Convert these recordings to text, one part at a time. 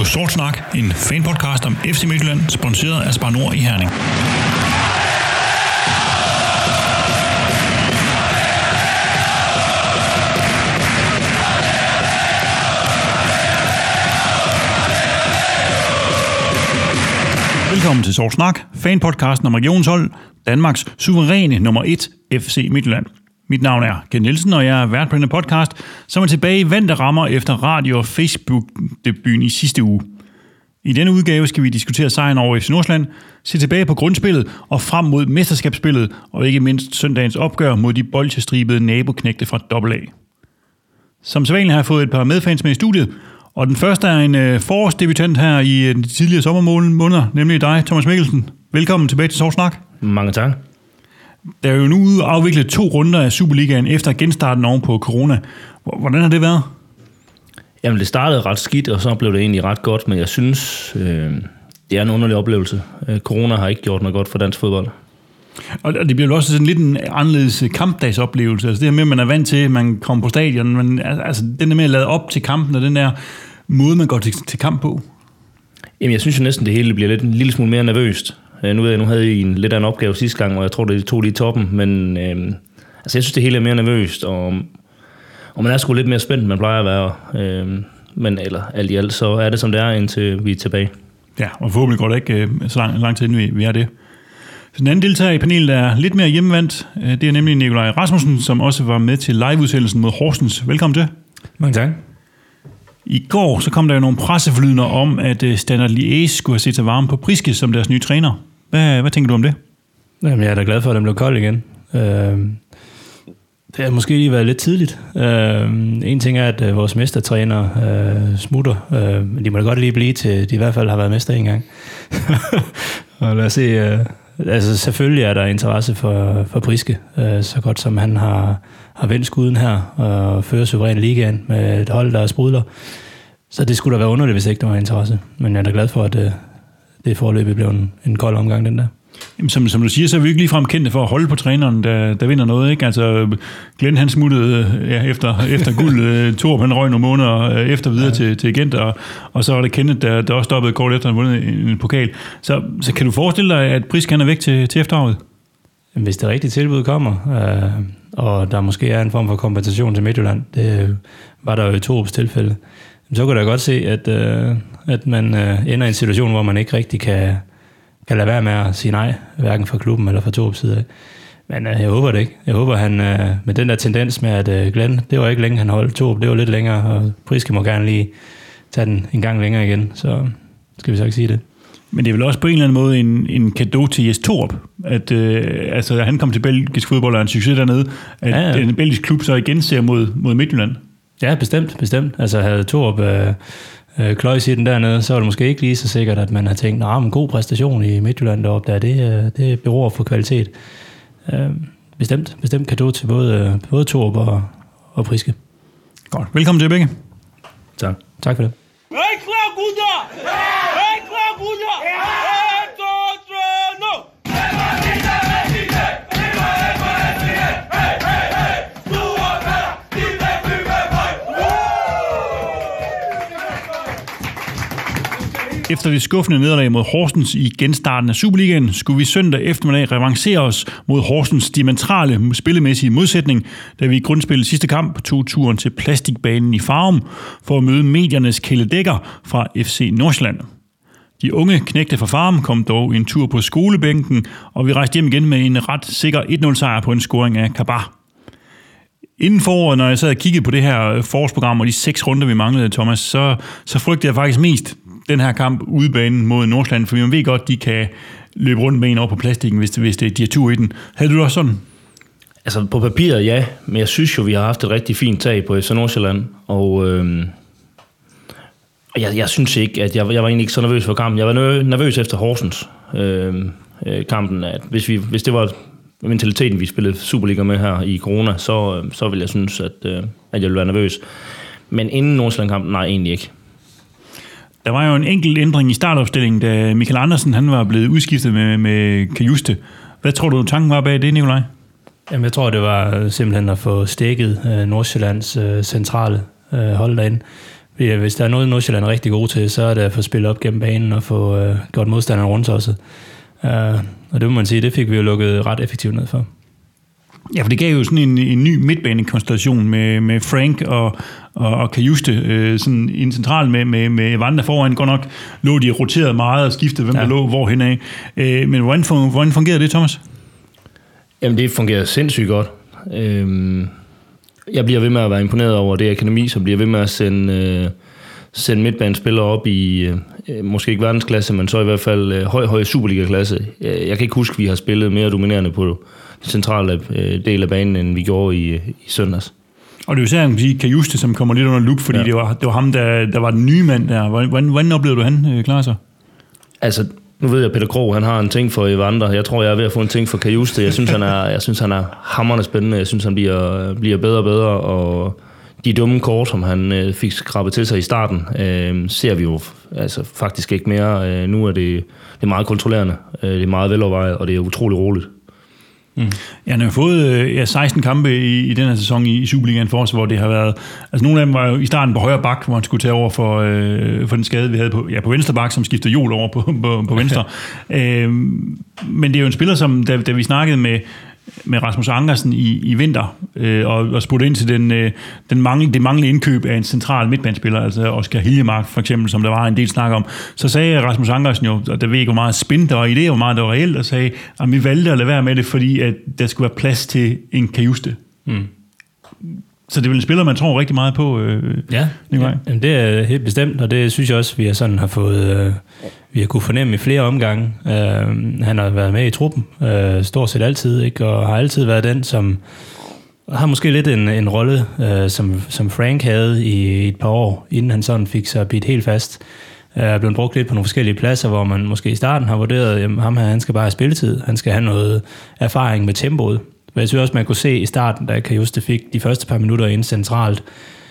på Sort Snak, en fanpodcast om FC Midtjylland, sponsoreret af Spar Nord i Herning. Velkommen til Sort Snak, fanpodcasten om regionshold, Danmarks suveræne nummer 1, FC Midtjylland. Mit navn er Ken Nielsen, og jeg er vært på denne podcast, som er tilbage i vante rammer efter radio- og Facebook-debuten i sidste uge. I denne udgave skal vi diskutere sejren over FC Nordsjælland, se tilbage på grundspillet og frem mod mesterskabsspillet, og ikke mindst søndagens opgør mod de bolsjestribede naboknægte fra AA. Som sædvanligt har jeg fået et par medfans med i studiet, og den første er en forårsdebutant her i de tidligere sommermåneder, nemlig dig, Thomas Mikkelsen. Velkommen tilbage til Sort Snak. Mange tak. Der er jo nu afviklet 2 runder af Superligaen efter genstarten oven på corona. Hvordan har det været? Jamen, det startede ret skidt, og så blev det egentlig ret godt, men jeg synes, det er en underlig oplevelse. Corona har ikke gjort noget godt for dansk fodbold. Og det bliver jo også sådan lidt en anderledes kampdagsoplevelse. Altså det her med, at man er vant til, at man kommer på stadion, men altså den der med at lade op til kampen, og den der måde, man går til kamp på. Jamen, jeg synes jo næsten, det hele bliver en lille smule mere nervøst. Nu havde I en lidt af en opgave sidste gang, og jeg tror, det tog lige toppen, men altså jeg synes, det hele er mere nervøst, og man er sgu lidt mere spændt, end man plejer at være. Men alt i alt, så er det, som det er, indtil vi er tilbage. Ja, og forhåbentlig går det ikke så lang tid, inden vi er det. Så den anden deltager i panelet er lidt mere hjemmevandt. Det er nemlig Nikolaj Rasmussen, som også var med til liveudsendelsen mod Horsens. Velkommen til. Mange tak. I går så kom der jo nogle presseforlydender om, at Standard Liège skulle have set sig varme på Priske som deres nye træner. Hvad tænker du om det? Jamen, jeg er da glad for, at den blev kold igen. Det har måske lige været lidt tidligt. En ting er, at vores mestertræner smutter. Men de må da godt lige blive til, de i hvert fald har været mester en gang. Og lad os se. Altså selvfølgelig er der interesse for Priske, så godt som han har vendt skuden her og fører suveræn ligaen med et hold, der sprudler. Så det skulle da være underligt, hvis ikke der var interesse. Men jeg er da glad for, at det forløbet blev en kold omgang, den der. Jamen, som du siger, så er vi ikke ligefrem kendte for at holde på træneren, der vinder noget, ikke? Altså, Glenn han smuttede efter guld, Thor han røg nogle måneder efter videre til Gent, og så var det Kenneth, der også stoppede kort efter, han vundet en pokal. Så kan du forestille dig, at Prisk han er væk til efteråret? Hvis det rigtige tilbud kommer, og der måske er en form for kompensation til Midtjylland, det var der jo i Torups tilfælde, så kan jeg godt se, at man ender i en situation, hvor man ikke rigtig kan lade være med at sige nej, hverken fra klubben eller fra Torups side af. Men jeg håber det ikke. Jeg håber, han med den der tendens med, at Glenn, det var ikke længe, han holdt Torup, det var lidt længere, og Priske må gerne lige tage den en gang længere igen, så skal vi så ikke sige det. Men det er vel også på en eller anden måde en cadeau til Jes Torup, at altså, han kom til belgisk fodbold og en succes dernede, at en belgisk klub så igen ser mod Midtjylland. Ja, bestemt. Altså havde Torup kløjs i den dernede, så var det måske ikke lige så sikkert, at man har tænkt, men god præstation i Midtjylland deroppe, det beror på kvalitet. Bestemt cadeau til både Torup og Priske. Godt. Velkommen til begge. Tak for det. Efter det skuffende nederlag mod Horsens i genstarten af Superligaen, skulle vi søndag eftermiddag revancere os mod Horsens diametrale spillemæssige modsætning, da vi i grundspillet sidste kamp tog turen til plastikbanen i Farum for at møde mediernes kæledækker fra FC Nordsjælland. De unge knægte fra Farum kom dog en tur på skolebænken, og vi rejste hjem igen med en ret sikker 1-0-sejr på en scoring af Kabar. Inden foråret, når jeg sad og kiggede på det her forårsprogram og de 6 runder, vi manglede, Thomas, så frygtede jeg faktisk mest den her kamp udebanen mod Nordsjælland, for man ved godt, de kan løbe rundt med en over på plastikken, hvis de har tur i den. Havde du også sådan? Altså på papiret, ja, men jeg synes jo, vi har haft et rigtig fint tag på FC Nordsjælland, og jeg synes ikke, at jeg var egentlig ikke så nervøs for kampen. Jeg var nervøs efter Horsens kampen, at hvis det var mentaliteten, vi spillede Superliga med her i corona, så ville jeg synes, at jeg ville være nervøs. Men inden Nordsjælland-kampen, nej, egentlig ikke. Der var jo en enkelt ændring i startopstillingen, da Michael Andersen han var blevet udskiftet med Kajuste. Hvad tror du, tanken var bag det, Nikolaj? Jamen, jeg tror, det var simpelthen at få stækket Nordsjællands centrale hold derinde. Fordi hvis der er noget, Nordsjælland er rigtig god til, så er det at få spillet op gennem banen og få gjort modstanderen rundt også. Og det må man sige, det fik vi jo lukket ret effektivt ned for. Ja, for det gav jo sådan en ny midtbanekonstellation med Frank og Kajuste sådan en central med Evander foran. Godt nok lå de roteret meget og skiftede, hvem der lå hvorhen af. Men hvordan fungerede det, Thomas? Jamen, det fungerer sindssygt godt. Jeg bliver ved med at være imponeret over det akademi, så bliver ved med at sende midtbanespillere op i, måske ikke verdensklasse, men så i hvert fald høj Superliga-klasse. Jeg kan ikke huske, at vi har spillet mere dominerende på den centrale del af banen, end vi gjorde i søndags. Og det er jo særligt, at sige, Kajuste, som kommer lidt under lup, fordi det var ham, der var den nye mand der. Hvordan oplevede du han klare sig? Altså, nu ved jeg, at Peter Krog, han har en ting for Evander. Jeg tror, jeg er ved at få en ting for Kajuste. Jeg synes, han er hamrende spændende. Jeg synes, han bliver bedre og bedre, og de dumme kort, som han fik skrabet til sig i starten, ser vi jo altså, faktisk ikke mere. Nu er det meget kontrollerende, det er meget velovervejet, og det er utrolig roligt. Mm. Ja, han har fået 16 kampe i den her sæson i Superligaen for os, hvor det har været... Altså nogle af dem var jo i starten på højre bak, hvor han skulle tage over for den skade, vi havde på venstre bak, som skiftede Jol over på venstre. Men det er jo en spiller, som da vi snakkede med Rasmus Ankersen i vinter, og spurgte ind til det manglende indkøb af en central midtbanespiller, altså Oscar Hiljemark for eksempel, som der var en del snak om, så sagde Rasmus Ankersen jo, og der ved ikke, hvor meget spin der var i det, hvor meget der var reelt, og sagde, at vi valgte at lade være med det, fordi at der skulle være plads til en Kajuste. Mm. Så det er vel en spiller, man tror rigtig meget på, Nikolaj? Ja, det er helt bestemt, og det synes jeg også, vi har fået... Vi har kunne fornemme i flere omgange. Han har været med i truppen, stort set altid, ikke? Og har altid været den, som har måske lidt en rolle, som Frank havde i et par år, inden han sådan fik sig bidt helt fast. Er blevet brugt lidt på nogle forskellige pladser, hvor man måske i starten har vurderet, at ham her, han skal bare have spilletid. Han skal have noget erfaring med tempoet. Men jeg synes også, man kunne se i starten, da Kajuste fik de første par minutter ind centralt,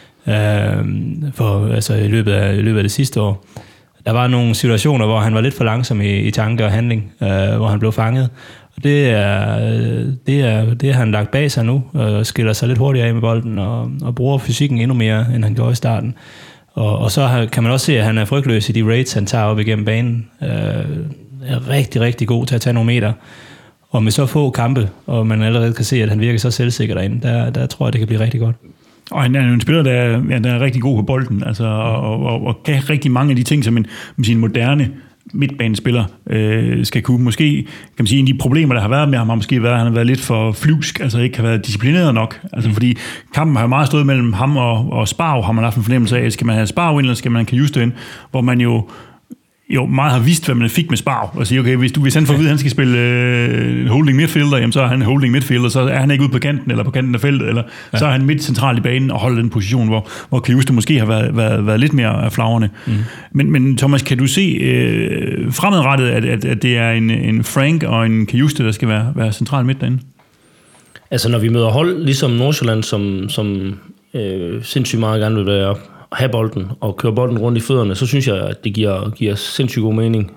i løbet af det sidste år. Der var nogle situationer, hvor han var lidt for langsom i tanke og handling, hvor han blev fanget. Og det har han lagt bag sig nu, og skiller sig lidt hurtigere af med bolden, og bruger fysikken endnu mere, end han gjorde i starten. Og så kan man også se, at han er frygtløs i de raids, han tager op igennem banen. Er rigtig, rigtig god til at tage nogle meter. Og med så få kampe, og man allerede kan se, at han virker så selvsikker derinde, der tror jeg, det kan blive rigtig godt. Og han er jo en spiller, der er rigtig god på bolden, altså, og kan rigtig mange af de ting, som en moderne midtbanespiller skal kunne. Måske kan man sige, en af de problemer, der har været med ham, har måske været, at han har været lidt for flyvsk, altså ikke har været disciplineret nok. Altså, fordi kampen har jo meget stået mellem ham og Sparv, har man haft en fornemmelse af, skal man have Sparv ind, eller skal man have Kajuste ind, hvor man jo meget har vidst, hvad man fik med Sparv, og sige, okay, hvis han får at vide, at han skal spille holding midfielder, jamen, så er han holding midfielder, så er han ikke ude på kanten, eller på kanten af feltet, eller så er han midt centralt i banen og holder den position, hvor Kajuste måske har været lidt mere flagrende. Men Thomas, kan du se fremadrettet, at det er en Frank og en Kajuste, der skal være central midt derinde? Altså, når vi møder hold, ligesom Nordsjælland, som sindssygt meget gerne vil være have bolden og køre bolden rundt i fødderne, så synes jeg, at det giver sindssygt god mening.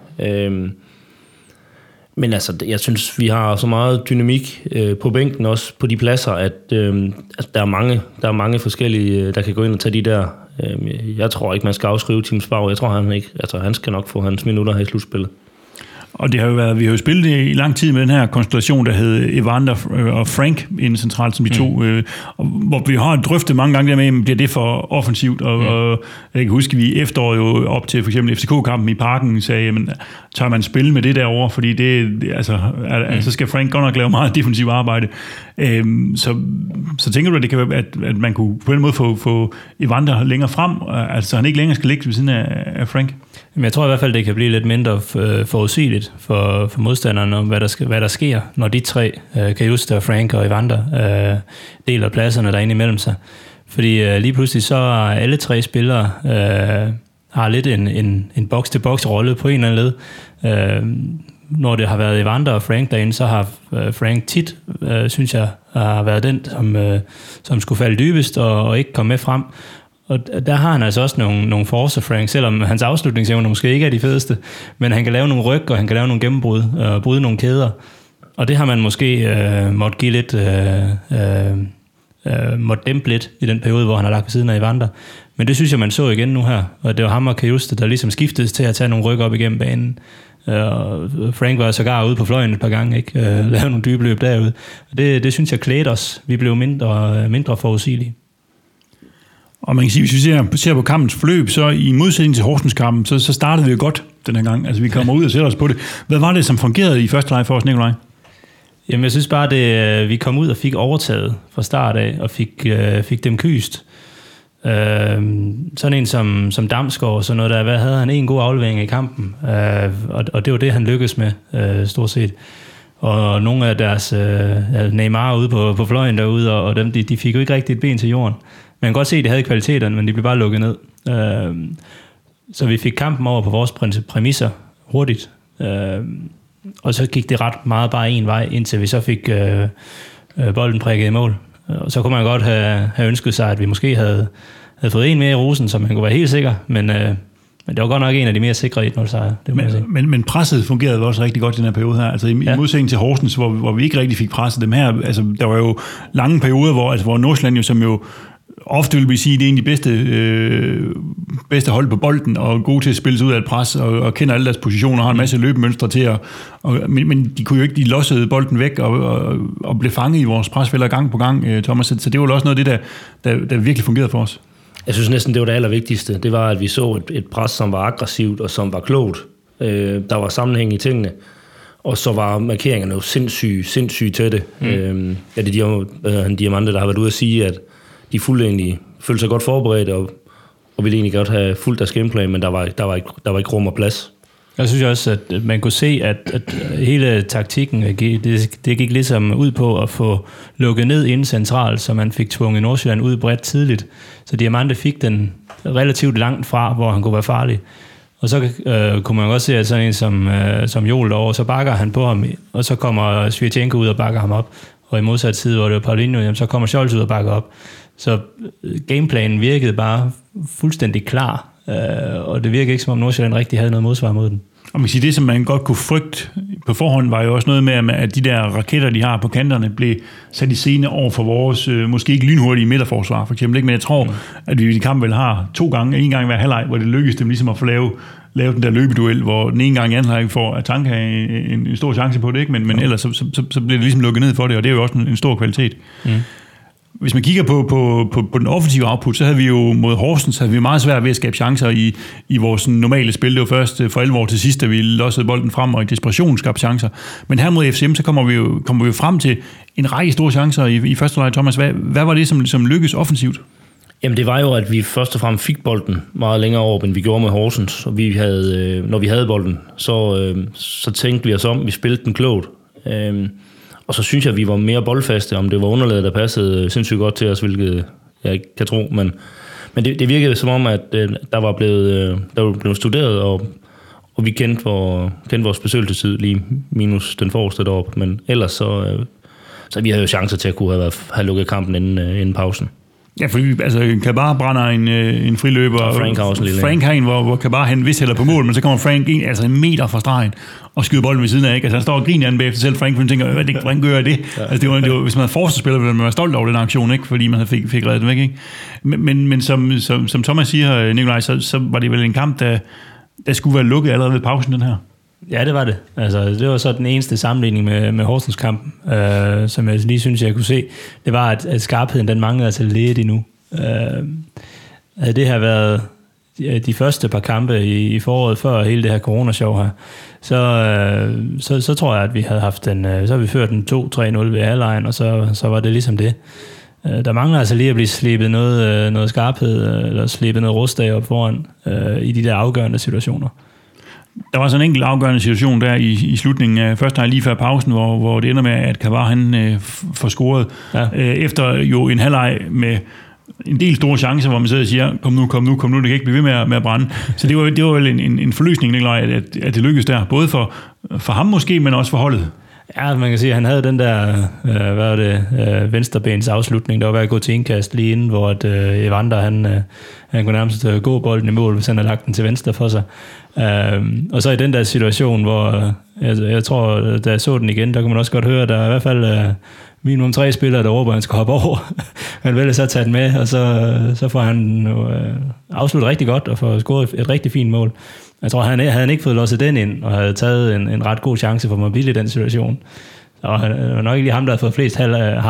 Men altså, jeg synes, vi har så meget dynamik på bænken også på de pladser, at der er mange forskellige, der kan gå ind og tage de der. Jeg tror ikke, man skal afskrive Tim Sparv. Jeg tror, han skal nok få hans minutter her i slutspillet. Og det har jo været, vi har jo spillet i lang tid med den her konstellation, der hed Evander og Frank inden centralt, som de to, hvor vi har drøftet mange gange der med, bliver det for offensivt, og jeg kan huske, vi efteråret jo op til for eksempel FCK-kampen i Parken sagde, jamen, tager man spil med det derovre, fordi så skal Frank godt nok lave meget defensivt arbejde. Så tænker du, at det kan være, at man kunne på en måde få Evander længere frem, altså han ikke længere skal ligge ved siden af Frank? Men jeg tror i hvert fald, det kan blive lidt mindre forudsigeligt for modstanderne om, hvad der sker, når de tre, Kajuste, Frank og Evander, deler pladserne derinde imellem sig. Fordi lige pludselig så er alle tre spillere har lidt en box-til-box rolle på en eller anden led. Når det har været Evander og Frank derinde, så har Frank tit, synes jeg, har været den, som skulle falde dybest og ikke komme med frem. Og der har han altså også nogle forcer, Frank, selvom hans afslutningsevner måske ikke er de fedeste, men han kan lave nogle ryg, og han kan lave nogle gennembrud, og bryde nogle kæder. Og det har man måske måtte give lidt måtte dæmpe lidt i den periode, hvor han har lagt ved siden af Evander. Men det synes jeg, man så igen nu her. Og det var ham og Cajuste, der ligesom skiftedes til at tage nogle ryk op igennem banen. Og Frank var sågar ude på fløjen et par gange, ikke? Lavede nogle dybe løb derude. Og det synes jeg klædte os. Vi blev mindre forudsigelige. Og man kan sige, hvis vi ser på kampens forløb, så i modsætning til Horsens-kampen, så startede vi jo godt den her gang. Altså vi kommer ud og sætter os på det. Hvad var det, som fungerede i første leg for os, Nikolaj? Jamen jeg synes bare, at vi kom ud og fik overtaget fra start af, og fik dem kyst. Sådan en som Damsgaard og sådan noget der, hvad havde han en god aflevering i kampen, og det var det, han lykkedes med, stort set. Og nogle af deres Neymar ude på fløjen derude, og dem, de fik jo ikke rigtig et ben til jorden. Man kan godt se, at de havde kvaliteterne, men de blev bare lukket ned. Så vi fik kampen over på vores præmisser hurtigt. Og så gik det ret meget bare en vej, indtil vi så fik bolden prikket i mål. Og så kunne man godt have ønsket sig, at vi måske havde fået en mere i rosen, så man kunne være helt sikker. Men det var godt nok en af de mere sikre 1-0-sejre. Men presset fungerede også rigtig godt i den her periode her. Altså i modsætning til Horsens, hvor vi ikke rigtig fik presset dem her. Altså der var jo lange perioder, hvor Nordsjælland jo, som jo ofte vil vi sige, det er en af de bedste hold på bolden, og gode til at spille sig ud af et pres, og kender alle deres positioner, og har en masse løbemønstre til at... Men de kunne jo ikke, de lossede bolden væk, og blev fanget i vores presfælder gang på gang, Thomas. Så det var jo også noget af det, der virkelig fungerede for os. Jeg synes næsten, det var det allervigtigste. Det var, at vi så et pres, som var aggressivt, og som var klogt. Der var sammenhæng i tingene. Og så var markeringerne jo sindssygt tætte. Det er Diamante, der har været ude at sige, at de følte sig godt forberedt, og ville egentlig godt have fuldt deres gameplan, men der var ikke rum og plads. Jeg synes også, at man kunne se, at hele taktikken, det gik ligesom ud på at få lukket ned inden centralt, så man fik tvunget Nordsjælland ud bredt tidligt. Så Diamante fik den relativt langt fra, hvor han kunne være farlig. Og så kunne man også se, at sådan en som Joel derovre, så bakker han på ham, og så kommer Svirchenko ud og bakker ham op. Og i modsat side, hvor det var Paulinho, så kommer Scholz ud og bakker op. Så gameplanen virkede bare fuldstændig klar, og det virkede ikke, som om Nordsjælland rigtig havde noget modsvar mod den. Og man siger, det, som man godt kunne frygte på forhånd, var jo også noget med, at de der raketter, de har på kanterne, blev sat i scene over for vores, måske ikke lynhurtige midterforsvar, for eksempel. Men jeg tror, at vi i kampen vel har en gang hver halvleg, hvor det lykkedes dem ligesom at få lave den der løbeduel, hvor den ene gang i anden halvleg får Atanka en stor chance på det, ikke? Men ellers så bliver det ligesom lukket ned for det, og det er jo også en stor kvalitet. Hvis man kigger på den offensive output, så havde vi jo mod Horsens meget svært ved at skabe chancer i vores normale spil. Det var først for alvor til sidst, da vi lossede bolden frem og i desperation skabte chancer. Men her mod FCM, så kommer vi jo frem til en række store chancer i første leg. Thomas, hvad var det, som lykkedes offensivt? Jamen det var jo, at vi først og fremmest fik bolden meget længere over, end vi gjorde med Horsens. Og når vi havde bolden, så tænkte vi os om, vi spillede den klogt. Og så synes jeg, at vi var mere boldfaste, om det var underlaget, der passede sindssygt godt til os, hvilket jeg ikke kan tro. Men det virkede som om, at der var blevet studeret, og vi kendte vores besøgelsestid, lige minus den forreste deroppe. Men ellers så vi havde jo chancer til at kunne have lukket kampen inden pausen. Ja, fordi altså, Kabar brænder en friløber, og Frank har også en lille. Frank har en, hvor Kabar han vist hælder på mål, men så kommer Frank ind, altså en meter fra stregen og skyder bolden ved siden af, ikke? Altså han står og griner anden bagefter selv, Frank tænker, hvordan gør jeg det? Ja. Altså det var, hvis man havde forsvarsspiller, ville man være stolt over den aktion, ikke? Fordi man fik reddet den væk, ikke? Men som Thomas siger, Nikolaj, så var det vel en kamp, der skulle være lukket allerede ved pausen, den her. Ja, det var det. Altså, det var så den eneste sammenligning med Horsens kamp, som jeg lige synes, jeg kunne se. Det var, at skarpheden, den manglede altså lidt endnu. Havde det her været de første par kampe i foråret, før hele det her coronashow her, så tror jeg, at vi havde haft så havde vi ført den 2-3-0 ved halvlejen, og så var det ligesom det. Der mangler altså lige at blive slebet noget skarphed, eller slebet noget rust af op foran i de der afgørende situationer. Der var sådan en enkelt afgørende situation der i slutningen af første halvleg lige før pausen, hvor det ender med, at Kavar han får scoret. Ja. Efter jo en halvleg med en del store chancer, hvor man sidder og siger, kom nu, det kan ikke blive ved med at brænde. Så det var vel en forløsning, Nikolaj, at det lykkedes der, både for ham måske, men også for holdet. Ja, man kan sige, at han havde den der venstrebens afslutning, der var ved at gå til indkast lige inden, hvor Evander, han kunne nærmest gå bolden i mål, hvis han havde lagt den til venstre for sig. Og så i den der situation, hvor Jeg tror, da jeg så den igen, der kunne man også godt høre, at der er i hvert fald minimum 3 spillere, der råber, at han skal hoppe over. Han vælger så at tage den med, og så får han afsluttet rigtig godt og får scoret et rigtig fint mål. Jeg tror, havde han ikke fået losset den ind, og havde taget en ret god chance for Mobile i den situation. Og det var nok ikke lige ham, der havde fået flest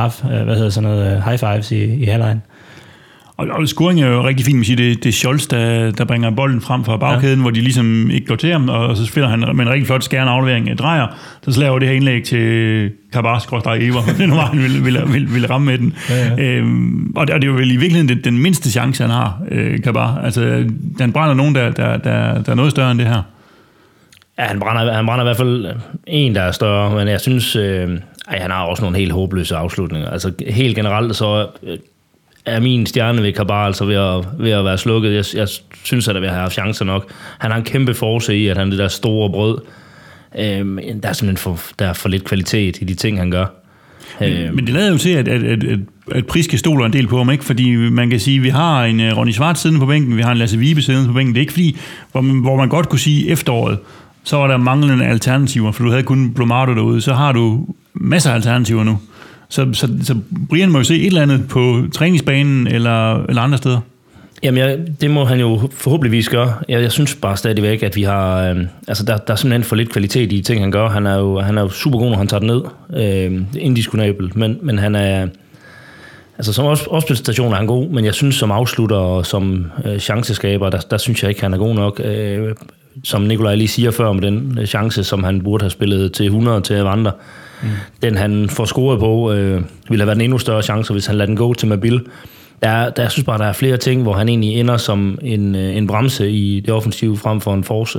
high fives i halvlejen. Og scoring er jo rigtig fint, man siger, det er Scholz, der bringer bolden frem fra bagkæden, hvor de ligesom ikke går til ham, og så spiller han med en rigtig flot skærende aflevering af Drejer, så slager det her indlæg til Kabar-Ever, det nu var han ville ramme med den. Ja. Og det er jo vel i virkeligheden den mindste chance, han har, Kabar. Altså, han brænder nogen, der er noget større end det her. Ja, han brænder i hvert fald en, der er større, men jeg synes, han har også nogle helt håbløse afslutninger. Altså helt generelt så er min stjerne ved Kabar altså ved at være slukket. Jeg synes, at der vil have chancer nok. Han har en kæmpe force i, at han er det der store brød. Der er simpelthen for lidt kvalitet i de ting, han gør. Men det lader jo til, at Priske stoler en del på ham, ikke? Fordi man kan sige, at vi har en Ronny Schwartz siddende på bænken, vi har en Lasse Vibe siddende på bænken. Det er ikke fordi, hvor man godt kunne sige efteråret, så var der manglende alternativer, for du havde kun Blomardo derude, så har du masser af alternativer nu. Så Brian må jo se et eller andet på træningsbanen eller andre steder. Jamen, det må han jo forhåbentligvis gøre. Jeg synes bare stadigvæk, at vi har... der er simpelthen for lidt kvalitet i de ting, han gør. Han er jo super god, når han tager den ned. Indiskutabelt. Men han er... Altså, som opspilstation er han god, men jeg synes, som afslutter og som chanceskaber, der synes jeg ikke, han er god nok. Som Nikolaj lige siger før, med den chance, som han burde have spillet til 100 til Evander. Den han får scoret på, ville have været en endnu større chance, hvis han lader den gå til Mabil. Jeg synes bare, der er flere ting, hvor han egentlig ender som en bremse i det offensive frem for en force.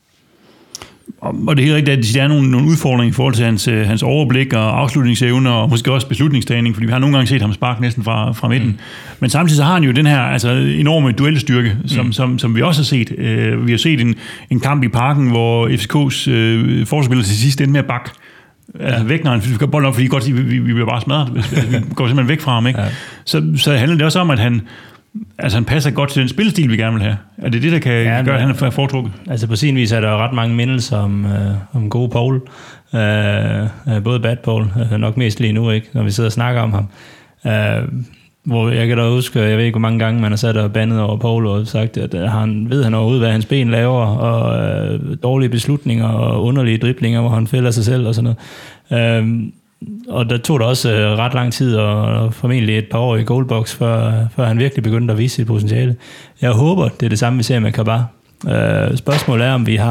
Og det er helt rigtigt, at der er nogle udfordringer i forhold til hans overblik og afslutningsevner, og måske også beslutningstagning, fordi vi har nogle gange set ham sparke næsten fra midten. Men samtidig så har han jo den her enorme duelstyrke, som vi også har set. Vi har set en kamp i Parken, hvor FCK's forspiller til sidst endte med at bakke. Altså væk, når han fik bolden op, fordi vi bliver bare smadret. Vi går simpelthen væk fra ham, ikke? Ja. Så handler det også om, at han passer godt til den spillestil, vi gerne vil have. Er det det, der kan gøre, at han er foretrukket? Altså på sin vis er der jo ret mange mindelser om gode Paul. Både bad Paul, nok mest lige nu, ikke, når vi sidder og snakker om ham. Hvor jeg kan da huske, jeg ved ikke, hvor mange gange man har sat og bandet over Paul og sagt, at han overhovedet, hvad hans ben laver, og dårlige beslutninger og underlige driblinger, hvor han fælder sig selv og sådan noget. Og der tog det også ret lang tid, og formentlig et par år i goalbox, før han virkelig begyndte at vise sit potentiale. Jeg håber, det er det samme, vi ser med Kabar. Spørgsmålet er,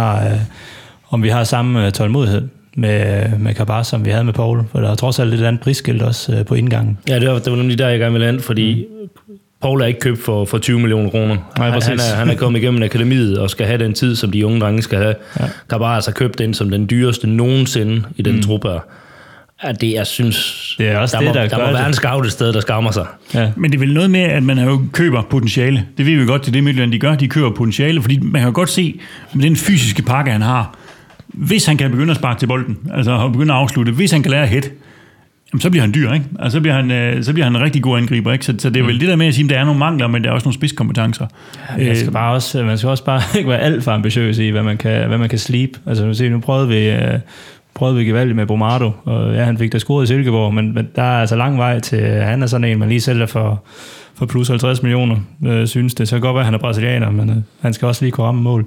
om vi har samme tålmodighed med Kabar, som vi havde med Paul, for der er trods alt et andet prisskilt også på indgangen. Ja, det var nemlig der, jeg gerne ville lande, fordi Paul er ikke købt for 20 millioner kroner. Han er kommet igennem akademiet og skal have den tid, som de unge drenge skal have. Ja. Kabar har altså købt den som den dyreste nogensinde i den truppe her. Det, jeg synes, det er også der må være en scout et sted, der skammer sig. Ja. Men det er vel noget med, at man jo køber potentiale. Det ved vi godt, det er det Midtjylland, de gør. De køber potentiale, fordi man kan jo godt se, med den fysiske pakke, han har, hvis han kan begynde at sparke til bolden, altså begynde at afslutte, hvis han kan lære at hætte, så bliver han dyr, ikke? Altså, så bliver han en rigtig god angriber, ikke? Så det er vel det der med at sige, at der er nogle mangler, men der er også nogle spidskompetencer. Ja, man skal også bare ikke være alt for ambitiøs i, hvad man kan slibe. Altså, nu prøvede vi gevaldigt med Blomardo, og ja, han fik da scoret i Silkeborg, men der er altså lang vej til, han er sådan en, man lige sælger for plus 50 millioner, synes det. Så kan godt være, at han er brasilianer, men han skal også lige kunne ramme mål.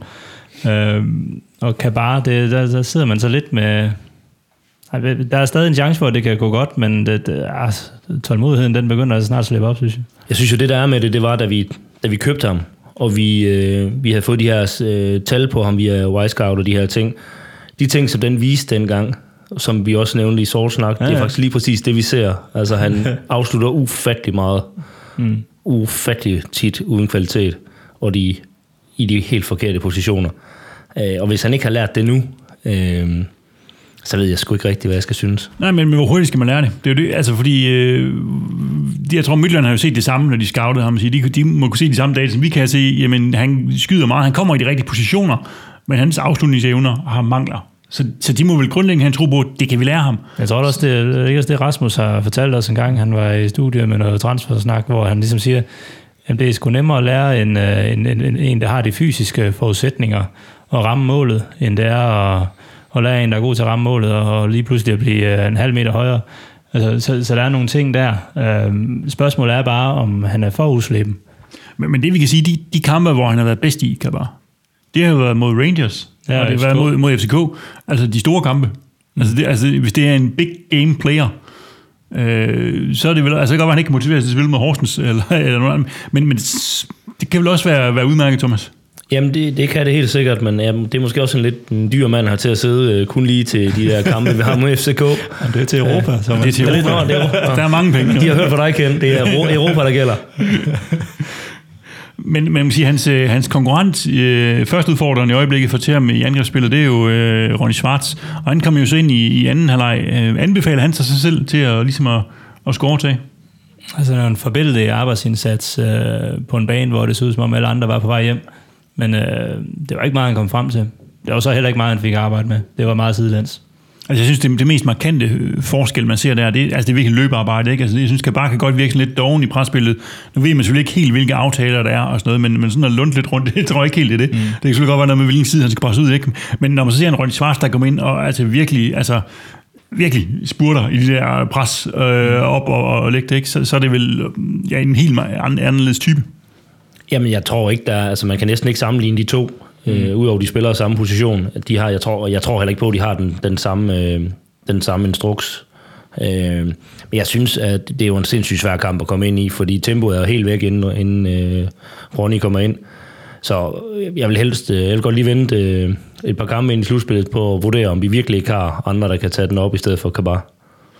Og Kabar, der sidder man så lidt med... Der er stadig en chance for, at det kan gå godt, men tålmodigheden, den begynder altså snart at slippe op, synes jeg. Jeg synes jo, det der er med det var, da vi købte ham, og vi havde fået de her tal på ham via Wisecout og de her ting. De ting, som den viste dengang, som vi også nævnte i Solsnak, det er faktisk lige præcis det, vi ser. Altså, han afslutter ufattelig meget. Ufattelig tit uden kvalitet, og i de helt forkerte positioner. Og hvis han ikke har lært det nu, så ved jeg sgu ikke rigtigt, hvad jeg skal synes. Nej, men hvor hurtigt skal man lære det? Det er jo det, altså fordi, jeg tror, Midtjylland har jo set det samme, når de scoutede ham. De må kunne se de samme data, som vi kan se. Jamen, han skyder meget, han kommer i de rigtige positioner, men hans afslutningsevner har mangler. Så de må vel grundlæggende have en tro på, at det kan vi lære ham. Jeg tror også, det Rasmus har fortalt os en gang, han var i studiet med noget transfersnak, hvor han ligesom siger, at det er sgu nemmere at lære en der har de fysiske forudsætninger at ramme målet, end det er og lære en, der er god til at ramme målet, og lige pludselig at blive en halv meter højere. Altså, så der er nogle ting der. Spørgsmålet er bare, om han er for uslæben. Men det vi kan sige, de kampe, hvor han har været bedst i, Kabar, det har jo været mod Rangers, og det har været mod FCK. Altså de store kampe. Altså, hvis det er en big game player, så er det vel, altså det kan godt være, han ikke kan motivere sig til at spille med Horsens, eller noget andet, men det kan vel også være udmærket, Thomas? Jamen, det kan det helt sikkert, men det er måske også en dyr mand her til at sidde kun lige til de der kampe, vi har med FCK. Det er til Europa. Det er til Europa. Der er mange penge. De har hørt fra dig, Ken. Det er Europa, der gælder. Men man sige, hans konkurrent, første udfordrende i øjeblikket for til ham i angrebsspillet, det er jo Ronny Schwartz, og han kom jo så ind i anden halvleg. Anbefaler han sig selv til at, ligesom at score til? Altså, det er en forbillede arbejdsindsats på en bane, hvor det så ud som om alle andre var på vej hjem. Men det var ikke meget, han kom frem til. Det var så heller ikke meget, han fik arbejde med. Det var meget sidelæns. Altså, jeg synes, det mest markante forskel, man ser der, det er virkelig løbearbejde, ikke? Altså, jeg synes, Kabar kan godt virke sådan lidt doven i presspillet. Nu ved man selvfølgelig ikke helt, hvilke aftaler der er og sådan noget, men sådan at lunde lidt rundt, det tror jeg ikke helt, det er det. Det kan selvfølgelig godt være noget med, hvilken side han skal presse ud, ikke? Men når man så ser en Ronny Schwartz, der kommer ind og altså virkelig spurter i de der pres op og lægge det, ikke? Så er det vel en helt anderledes type. Jamen, jeg tror ikke, man kan næsten ikke sammenligne de to. Udover de spiller i samme position, de har, jeg tror heller ikke på, at de har den samme instruks. Men jeg synes, at det er jo en sindssygt svær kamp at komme ind i, fordi tempoet er helt væk, inden Ronny kommer ind. Så jeg vil godt lige vente et par kampe ind i slutspillet på at vurdere, om vi virkelig ikke har andre, der kan tage den op i stedet for Kabar.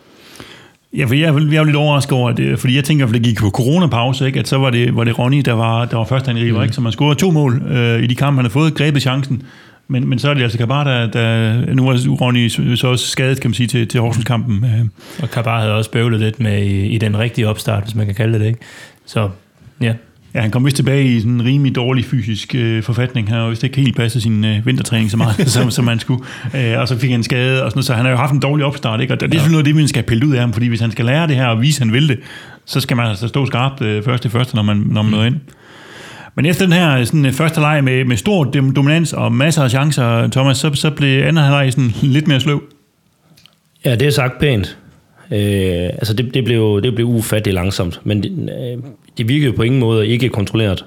Ja, for jeg er jo lidt overrasket over det, fordi jeg tænker, at det gik på coronapause, ikke? At så var det Ronny, der var førsteangriber, ikke? Så man scorede 2 mål i de kampe, han har fået, grebet chancen. Men så er det altså Kabar, der nu var Ronny så også skadet, kan man sige, til Horsens-kampen. Og Kabar havde også bøvlet lidt med i den rigtige opstart, hvis man kan kalde det, ikke? Så, ja. Ja, han kom vist tilbage i sådan en rimelig dårlig fysisk forfatning. Han har vist ikke helt passet sin vintertræning så meget, som man skulle. Og så fik han en skade, og sådan noget, så han har jo haft en dårlig opstart. Ikke? Og det er selvfølgelig noget, det vi skal pille ud af ham, fordi hvis han skal lære det her og vise, at han vil det, så skal man altså stå skarpt første, når man når ind. Men efter den her sådan, første leg med stor dominans og masser af chancer, Thomas, så blev anden halvleg sådan lidt mere sløv. Ja, det er sagt pænt. Altså det blev ufatteligt langsomt, men det virkede på ingen måde ikke kontrolleret.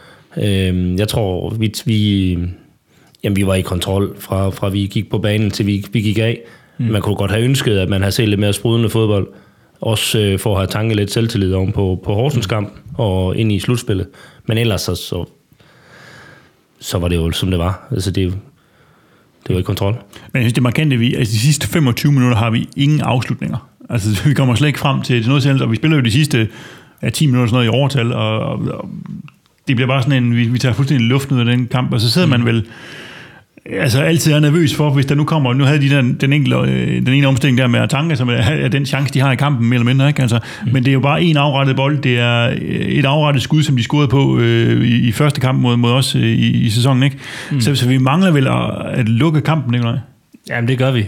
Jeg tror, vi var i kontrol fra vi gik på banen til vi gik af. Man kunne godt have ønsket, at man havde set lidt mere sprudende fodbold, også for at have tanket lidt selvtillid oven på Horsens kamp og ind i slutspillet. Men ellers så var det jo som det var. Altså det var i kontrol. Men jeg synes, det er markant, de sidste 25 minutter har vi ingen afslutninger. Altså, vi kommer slet ikke frem til noget selv, og vi spiller jo de sidste 10 minutter sådan noget i overtal, og det bliver bare sådan en, vi tager fuldstændig luften ud af den kamp, og så sidder man vel altså altid er nervøs for, hvis der nu kommer, nu havde de den ene omstilling der med at tanke, som er den chance, de har i kampen, mere eller mindre, ikke? Altså, men det er jo bare en afrettet bold, det er et afrettet skud, som de scorede på i første kamp mod os i sæsonen, ikke? Så vi mangler vel at lukke kampen, ikke? Jamen, det gør vi.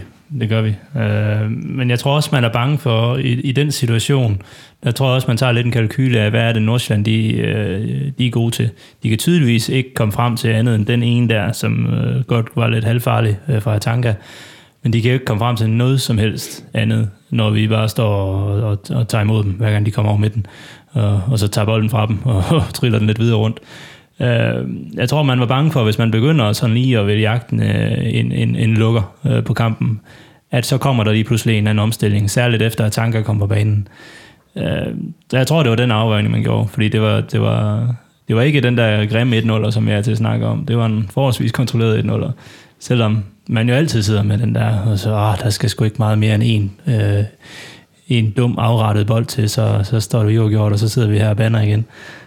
Men jeg tror også, man er bange for, i den situation, der tror jeg også, man tager lidt en kalkyle af, hvad er det Nordsjælland, de er gode til. De kan tydeligvis ikke komme frem til andet end den ene der, som godt var lidt halvfarlig fra Hatanka. Men de kan jo ikke komme frem til noget som helst andet, når vi bare står og tager imod dem, hver gang de kommer over midten. Og så tager bolden fra dem og triller den lidt videre rundt. Jeg tror, man var bange for, hvis man begynder sådan lige at vælge jagten en lukker på kampen, at så kommer der lige pludselig en anden omstilling, særligt efter at Tanker kom på banen. Jeg tror, det var den afvejning, man gjorde, fordi det var ikke den der grimme 1-0'er, som jeg er til at snakke om. Det var en forholdsvis kontrolleret 1-0'er, selvom man jo altid sidder med den der, og så der skal sgu ikke meget mere end en dum afrettet bold til, så står det jo gjort, og så sidder vi her og bander igen.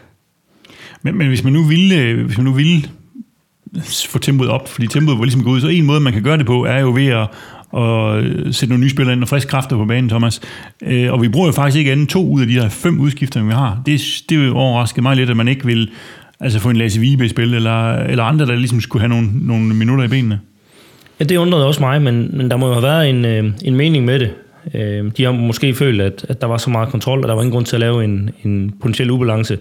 Men hvis man nu ville få tempoet op, fordi tempoet var ligesom gået ud, så en måde, man kan gøre det på, er jo ved at sætte nogle nye spillere ind og friske kræfter på banen, Thomas. Og vi bruger jo faktisk ikke andet 2 ud af de her 5 udskifter, vi har. Det er jo overrasket mig lidt, at man ikke vil få en Lasse Vibe i spil, eller andre, der ligesom skulle have nogle minutter i benene. Ja, det undrede også mig, men der må jo have været en mening med det. De har måske følt, at der var så meget kontrol, og der var ingen grund til at lave en potentiel ubalance.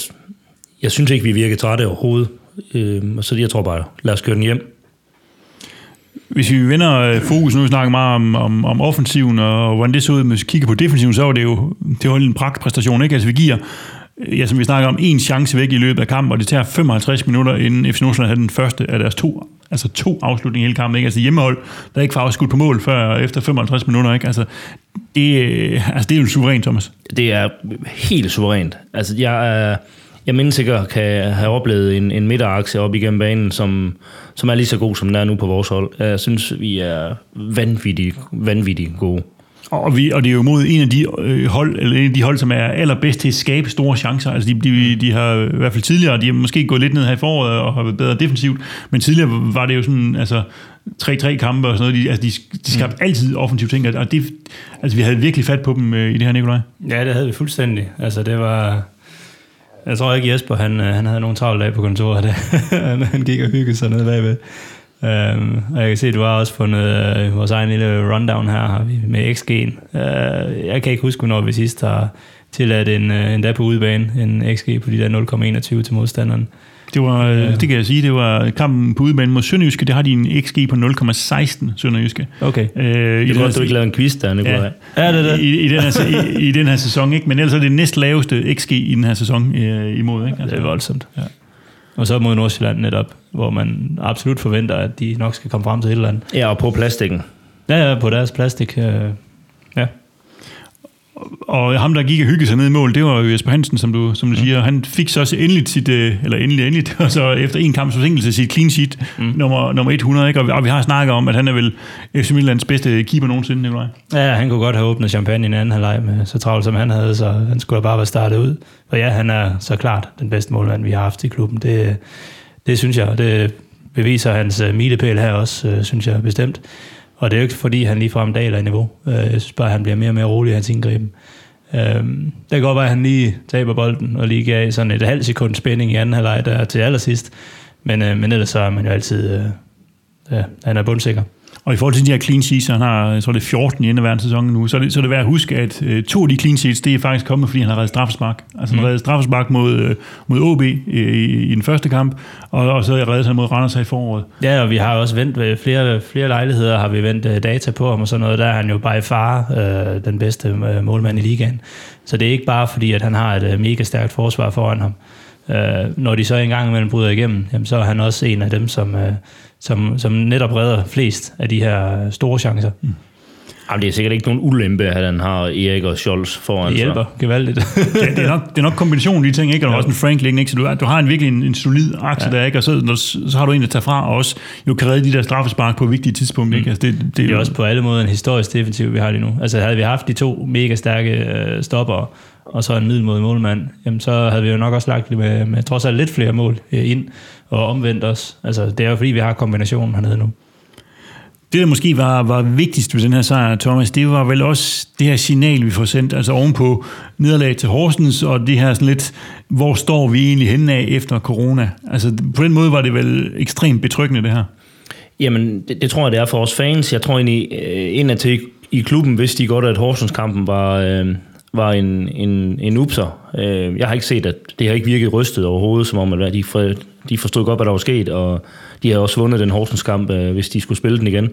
Jeg synes ikke, vi virker trætte overhovedet. Så jeg tror bare, lad os køre den hjem. Hvis vi vender fokus, nu snakker meget om offensiven, og hvordan det så ud, hvis vi kigger på defensiven, så var det var en pragtpræstation, ikke? Altså vi giver, som vi snakker om, en chance væk i løbet af kampen, og det tager 55 minutter, inden FC Nordsjælland havde den første af deres to afslutninger i hele kampen, ikke? Altså hjemmehold, der ikke får afskudt på mål før efter 55 minutter, ikke? Altså det er jo suverænt, Thomas. Det er helt suverænt. Altså jeg mindes sikkert kan have oplevet en midterakse op igennem banen, som er lige så god, som den er nu på vores hold. Jeg synes, vi er vanvittigt gode. Og det er jo mod en af de hold, som er allerbedst til at skabe store chancer. Altså de har i hvert fald tidligere, de har måske gået lidt ned her i foråret og har været bedre defensivt, men tidligere var det jo sådan, altså 3-3 kampe og sådan noget. De skabte altid offensivt ting, og det, altså vi havde virkelig fat på dem i det her, Nikolaj. Ja, det havde vi fuldstændig. Altså det var... Jeg tror ikke, Jesper, han havde nogle travle dage på kontoret. Han gik og hyggede sig nede bagved. Og jeg kan se, at du har også fundet vores egen lille rundown her med XG'en. Jeg kan ikke huske, hvornår vi sidst har tilladt en dag på udebane, en XG på de der 0,21 til modstanderen. Det kan jeg sige, det var kampen på udebane mod Sønderjyske, det har de en XG på 0,16 Sønderjyske. Okay. Det var, du ikke lavet en quiz der, Nikolaj. Ja, det. I den her sæson, ikke? Men ellers er det næst laveste XG i den her sæson imod, ikke? Altså, det er voldsomt. Ja. Og så mod Nordsjælland netop, hvor man absolut forventer, at de nok skal komme frem til et eller andet. Ja, og på plastikken. Ja, på deres plastik. Ja. Og ham, der gik og hyggede sig ned i mål, det var jo Jesper Hansen, som du siger. Han fik så også endeligt, og så efter en kamps forsinkelse sit clean sheet nummer 100, ikke? Og vi har snakket om, at han er vel FC Midtjyllands bedste keeper nogensinde, Nikolaj. Ja, han kunne godt have åbnet champagne i en anden halvleg med så travlt som han havde, så han skulle bare være startet ud. Og ja, han er så klart den bedste målmand, vi har haft i klubben. Det synes jeg, det beviser hans milepæl her også, synes jeg bestemt. Og det er jo ikke, fordi han ligefrem daler i niveau. Jeg synes bare, at han bliver mere og mere rolig i hans indgriben. Det kan godt være, at han lige taber bolden og lige gav sådan et halvt sekund spænding i anden halvleg der til allersidst. Men ellers så er man jo altid... han er bundsikker. Og i forhold til de her clean sheets, han har, jeg tror det er 14 i indeværende sæson nu, så er det værd at huske, at 2 af de clean sheets, det er faktisk kommet, fordi han har reddet straffespark. Altså han reddet straffespark mod OB i den første kamp, og så reddet han mod Randers her i foråret. Ja, og vi har også vendt ved flere lejligheder, har vi vendt data på ham og sådan noget. Der er han jo by far den bedste målmand i ligaen. Så det er ikke bare fordi, at han har et mega stærkt forsvar foran ham. Når de så engang imellem bryder igennem, jamen, så er han også en af dem, som netop redder flest af de her store chancer. Jamen, det er sikkert ikke nogen ulempe, at han har Erik og Scholz foran sig. Det hjælper gevaldigt. Det er nok kombinationen af de ting, ikke? Og der er også en Frank liggende, ikke? Så du har virkelig en solid akse der, ikke? Og så har du en, der tager fra, og også jo kan redde de der straffespark på vigtige tidspunkter, ikke? Altså, det er også på alle måder en historisk defensiv, vi har lige nu. Altså havde vi haft de 2 mega stærke stoppere, og så en middelmådig målmand, jamen så havde vi jo nok også lagt med trods alt lidt flere mål ind, og omvendt os. Altså det er jo fordi, vi har kombinationen hernede nu. Det, der måske var vigtigst ved den her sejr, Thomas, det var vel også det her signal, vi får sendt, altså ovenpå nederlag til Horsens, og det her sådan lidt, hvor står vi egentlig henne af efter corona? Altså på den måde var det vel ekstremt betryggende, det her. Jamen, det tror jeg, det er for os fans. Jeg tror egentlig, indadtil i klubben vidste de godt, at Horsens-kampen var en upser. Jeg har ikke set, at det har ikke virket rystet overhovedet, som om at de forstod godt, hvad der var sket, og de har også vundet den Horsens-kamp, hvis de skulle spille den igen.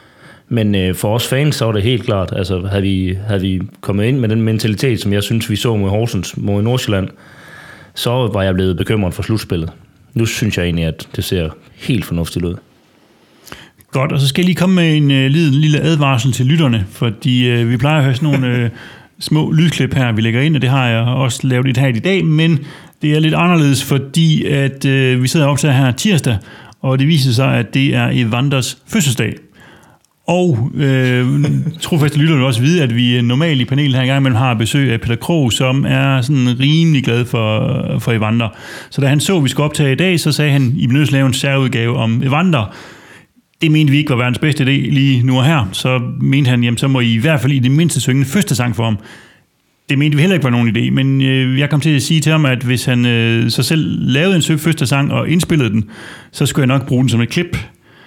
Men for os fans, så var det helt klart, altså havde vi kommet ind med den mentalitet, som jeg synes, vi så mod Horsens, mod Nordsjælland, så var jeg blevet bekymret for slutspillet. Nu synes jeg egentlig, at det ser helt fornuftigt ud. Godt, og så skal jeg lige komme med en lille advarsel til lytterne, fordi vi plejer at høre sådan nogle små lydklip her, vi lægger ind, og det har jeg også lavet et her i dag, men det er lidt anderledes, fordi at vi sidder op til her tirsdag, og det viser sig, at det er Evanders fødselsdag. Og trofaste lytter vil også vide, at vi normalt i panelet her engang imellem har besøg af Peter Krog, som er sådan rimelig glad for Evander. Så da han så, at vi skulle optage i dag, så sagde han, I nødt til at lave en særudgave om Evander. Det mente vi ikke var verdens bedste idé lige nu og her. Så mente han, jamen så må I hvert fald i det mindste synge en første sang for ham. Det mente vi heller ikke var nogen idé, men jeg kom til at sige til ham, at hvis han så selv lavede en første sang og indspillede den, så skulle jeg nok bruge den som et klip.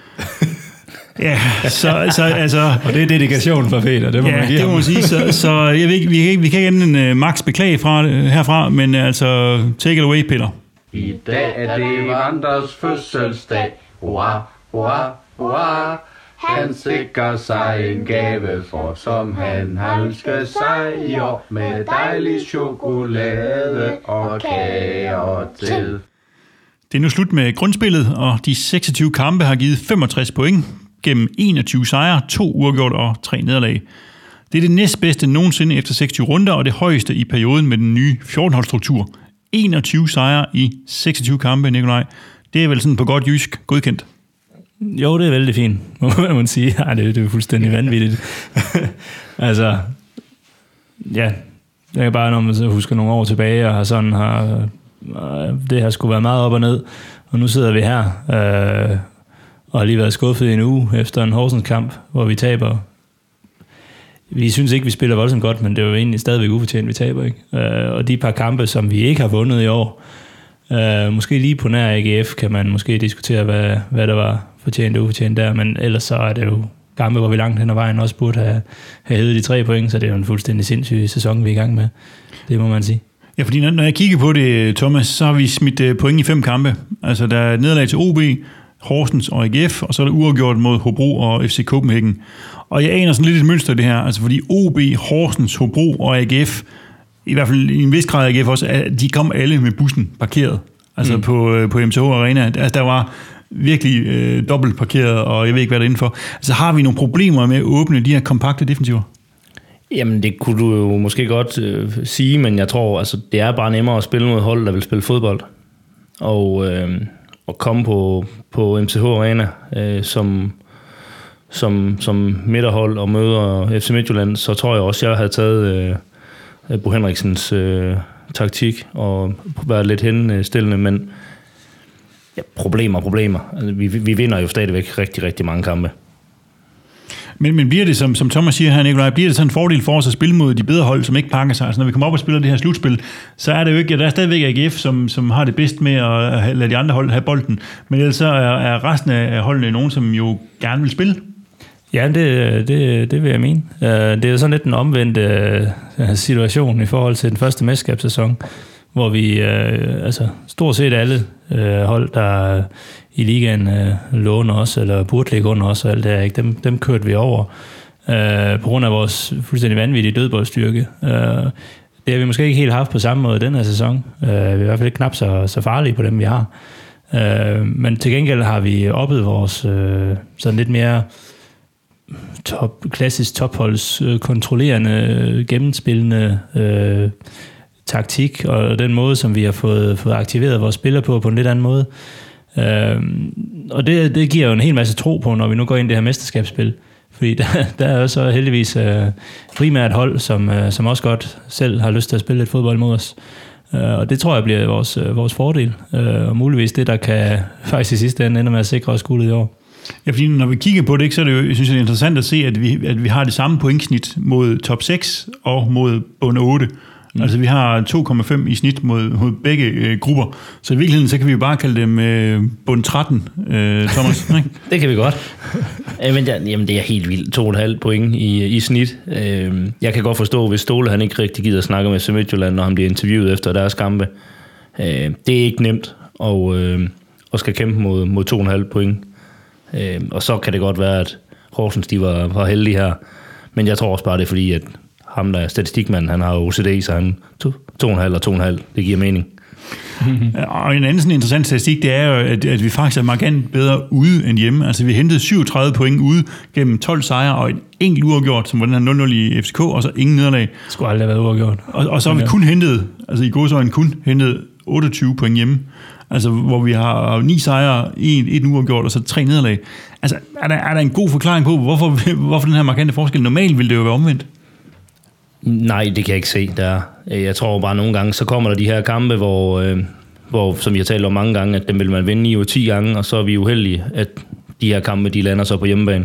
Ja, så altså... Og det er dedikation for Peter, det må man give det må man sige. Så jeg ved ikke, vi kan ikke ende en max beklage herfra, men altså, take it away, Peter. I dag er det Evanders fødselsdag. Hurra, hurra, hurra. Han sikrer sig en gave, for som han har ønsket sig i år, med dejlig chokolade og kager til. Det er nu slut med grundspillet, og de 26 kampe har givet 65 point gennem 21 sejre, 2 uafgjort og 3 nederlag. Det er det næstbedste nogensinde efter 26 runder, og det højeste i perioden med den nye 14-holdsstruktur. 21 sejre i 26 kampe, Nikolaj. Det er vel sådan på godt jysk godkendt? Jo, det er vældig fint, må man sige. Ej, det er fuldstændig vanvittigt. Altså, ja, det er bare, når man så husker nogle år tilbage, og sådan det har sgu været meget op og ned, og nu sidder vi her, og har lige været skuffet i en uge efter en Horsens kamp, hvor vi taber. Vi synes ikke, vi spiller voldsomt godt, men det er jo egentlig stadigvæk ufortjent, vi taber, ikke? Og de par kampe, som vi ikke har vundet i år, måske lige på nær AGF, kan man måske diskutere, hvad der var fortjent og ufortjent der, men ellers så er det jo kampe, hvor vi langt hen ad vejen også burde have hævet de 3 point, så det er jo en fuldstændig sindssyg sæson, vi er i gang med. Det må man sige. Ja, fordi når jeg kigger på det, Thomas, så har vi smidt point i 5 kampe. Altså, der er nederlag til OB, Horsens og AGF, og så er der uafgjort mod Hobro og FC Copenhagen. Og jeg aner sådan lidt et mønster i det her, altså fordi OB, Horsens, Hobro og AGF, i hvert fald i en vis grad AGF også, de kom alle med bussen parkeret, altså på MTH Arena. Altså, der var virkelig dobbelt parkeret, og jeg ved ikke, hvad der er indenfor. Altså, har vi nogle problemer med at åbne de her kompakte defensiver? Jamen, det kunne du jo måske godt sige, men jeg tror, altså, det er bare nemmere at spille mod hold, der vil spille fodbold. Og komme på MTH Arena som midterhold og møder FC Midtjylland, så tror jeg også, jeg havde taget Bo Henriksens taktik og været lidt henstillende, men ja, problemer. Altså, vi vinder jo stadigvæk rigtig, rigtig mange kampe. Men bliver det, som Thomas siger her, Nikolaj, bliver det sådan en fordel for os at spille mod de bedre hold, som ikke pakker sig? Altså, når vi kommer op og spiller det her slutspil, så er det jo ikke, der er stadigvæk AGF, som har det bedst med at lade de andre hold have bolden. Men ellers så er resten af holdene nogen, som jo gerne vil spille. Ja, det vil jeg mene. Det er jo sådan lidt en omvendt situation i forhold til den første mesterskabssæson, hvor vi, altså stort set alle hold, der i ligaen låner os, eller burde ligge under os, og alt det her, ikke? Dem kørte vi over på grund af vores fuldstændig vanvittige dødboldstyrke. Det har vi måske ikke helt haft på samme måde den her sæson. Vi er i hvert fald ikke knap så farlige på dem, vi har. Men til gengæld har vi oppet vores sådan lidt mere klassisk topholds kontrollerende, gennemspillende taktik, og den måde, som vi har fået aktiveret vores spillere på en lidt anden måde. Og det giver jo en hel masse tro på, når vi nu går ind i det her mesterskabsspil. Fordi der er jo så heldigvis primært hold, som også godt selv har lyst til at spille lidt fodbold mod os. Og det tror jeg bliver vores fordel. Og muligvis det, der kan faktisk i sidste ende ende med at sikre os guldet i år. Ja, fordi når vi kigger på det, ikke, så er det jo, jeg synes, det er interessant at se, at vi har det samme pointsnit mod top 6 og mod bund 8. Altså vi har 2,5 i snit mod begge grupper. Så i virkeligheden, så kan vi jo bare kalde dem bund 13, Thomas. Ikke? Det kan vi godt. Jamen det er helt vildt. 2,5 point i snit. Jeg kan godt forstå, hvis Ståle han ikke rigtig gider snakke med FC Midtjylland, når han bliver interviewet efter deres kampe. Det er ikke nemt at skal kæmpe mod 2,5 point. Og så kan det godt være, at Horsens de var heldige her. Men jeg tror også bare, det er fordi, at ham der er statistikmanden, han har OCD, så han 2,5 og 2,5, det giver mening. Og en anden sådan interessant statistik, det er jo, at vi faktisk er markant bedre ude end hjemme. Altså vi hentede 37 point ude gennem 12 sejre og en enkelt uafgjort, som var den her 0-0 i FCK, og så ingen nederlag. Det skulle aldrig have været uafgjort. Og så har vi kun hentet, altså i gåseøjne kun hentet 28 point hjemme. Altså hvor vi har 9 sejre, et uafgjort og så 3 nederlag. Altså er der en god forklaring på, hvorfor den her markante forskel? Normalt ville det jo være omvendt. Nej, det kan jeg ikke se, der. Jeg tror bare nogle gange, så kommer der de her kampe, hvor som vi har talt om mange gange, at dem vil man vinde 9 ud af 10 gange, og så er vi uheldige, at de her kampe, de lander så på hjemmebane.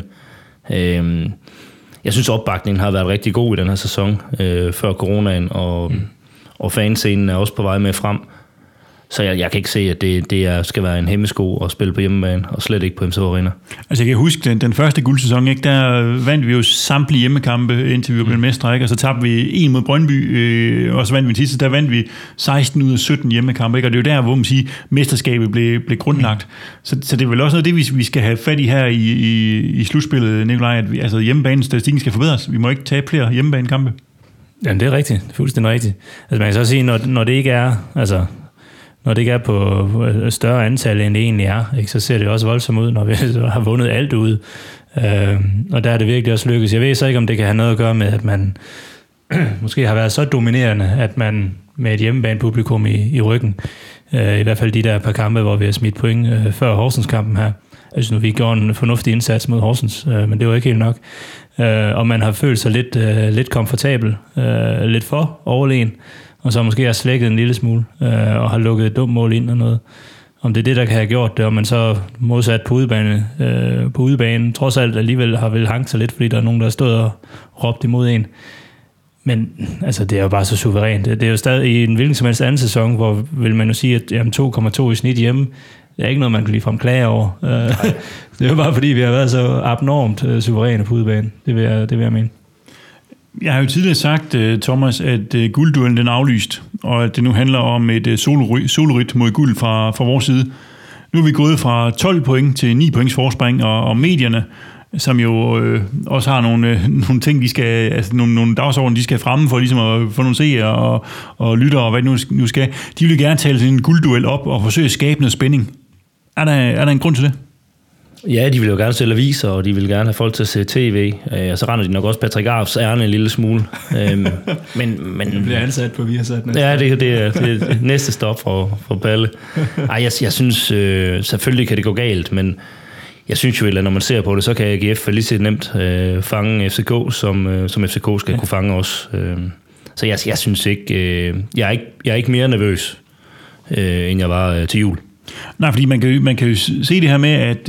Jeg synes, opbakningen har været rigtig god i den her sæson, før coronaen, og fanscenen er også på vej med frem. Så jeg kan ikke se, at det skal være en hemmesko at spille på hjemmebane, og slet ikke på MSH Arena. Altså jeg kan huske, den første guldsæson, ikke, der vandt vi jo samtlige hjemmekampe, indtil vi blev mestre, ikke? Og så tabte vi 1 mod Brøndby, og så vandt vi den sidste, der vandt vi 16 ud af 17 hjemmekampe, ikke? Og det er jo der, hvor man siger, mesterskabet blev grundlagt. Så det er vel også noget af det, vi skal have fat i her i slutspillet, Nikolaj, at altså hjemmebanestatistikken skal forbedres. Vi må ikke tabe flere hjemmebanekampe. Jamen det er rigtigt, det er fuldstændig rigtigt. Altså man kan så sige, når det ikke er, altså når det ikke er på større antal, end det egentlig er, ikke, så ser det også voldsomt ud, når vi har vundet alt ud. Og der er det virkelig også lykkes. Jeg ved så ikke, om det kan have noget at gøre med, at man måske har været så dominerende, at man med et hjemmebanepublikum i ryggen, i hvert fald de der par kampe, hvor vi har smidt point før Horsens-kampen her. Jeg synes nu, vi gjorde en fornuftig indsats mod Horsens, men det var ikke helt nok. Og man har følt sig lidt komfortabel, lidt for overlegen, og så måske har slækket en lille smule, og har lukket et dumt mål ind og noget. Om det er det, der kan have gjort det, og man så modsat på udebanen trods alt alligevel har vel hangt sig lidt, fordi der er nogen, der har stået og råbt imod en. Men altså, det er jo bare så suverænt. Det er jo stadig i en hvilken som helst anden sæson, hvor vil man jo sige, at 2,2 i snit hjemme, det er ikke noget, man kan ligefrem klage over. Det er jo bare fordi, vi har været så abnormt suveræne på udebanen. Det vil jeg mene. Jeg har jo tidligere sagt, Thomas, at guldduellen den er aflyst, og at det nu handler om et solorit mod guld fra vores side. Nu er vi gået fra 12 point til 9 points forspring, og medierne, som jo også har nogle ting, de skal, altså nogle dagsorden, de skal fremme for ligesom at få nogle seere og lyttere og hvad det nu skal. De vil gerne tale sådan en guldduel op og forsøge at skabe noget spænding. Er der en grund til det? Ja, de vil jo gerne sælge aviser, og de vil gerne have folk til at se tv, og så render de nok også Patrick Arfs ærne en lille smule. Men det bliver ansat på Viasat næste. Ja, det er næste stop for Palle. Ej, jeg synes, selvfølgelig kan det gå galt, men jeg synes jo, at når man ser på det, så kan AGF lige så nemt fange FCK, som FCK skal kunne fange os. Så jeg synes ikke, jeg er ikke mere nervøs, end jeg var til jul. Nej, fordi man kan jo se det her med, at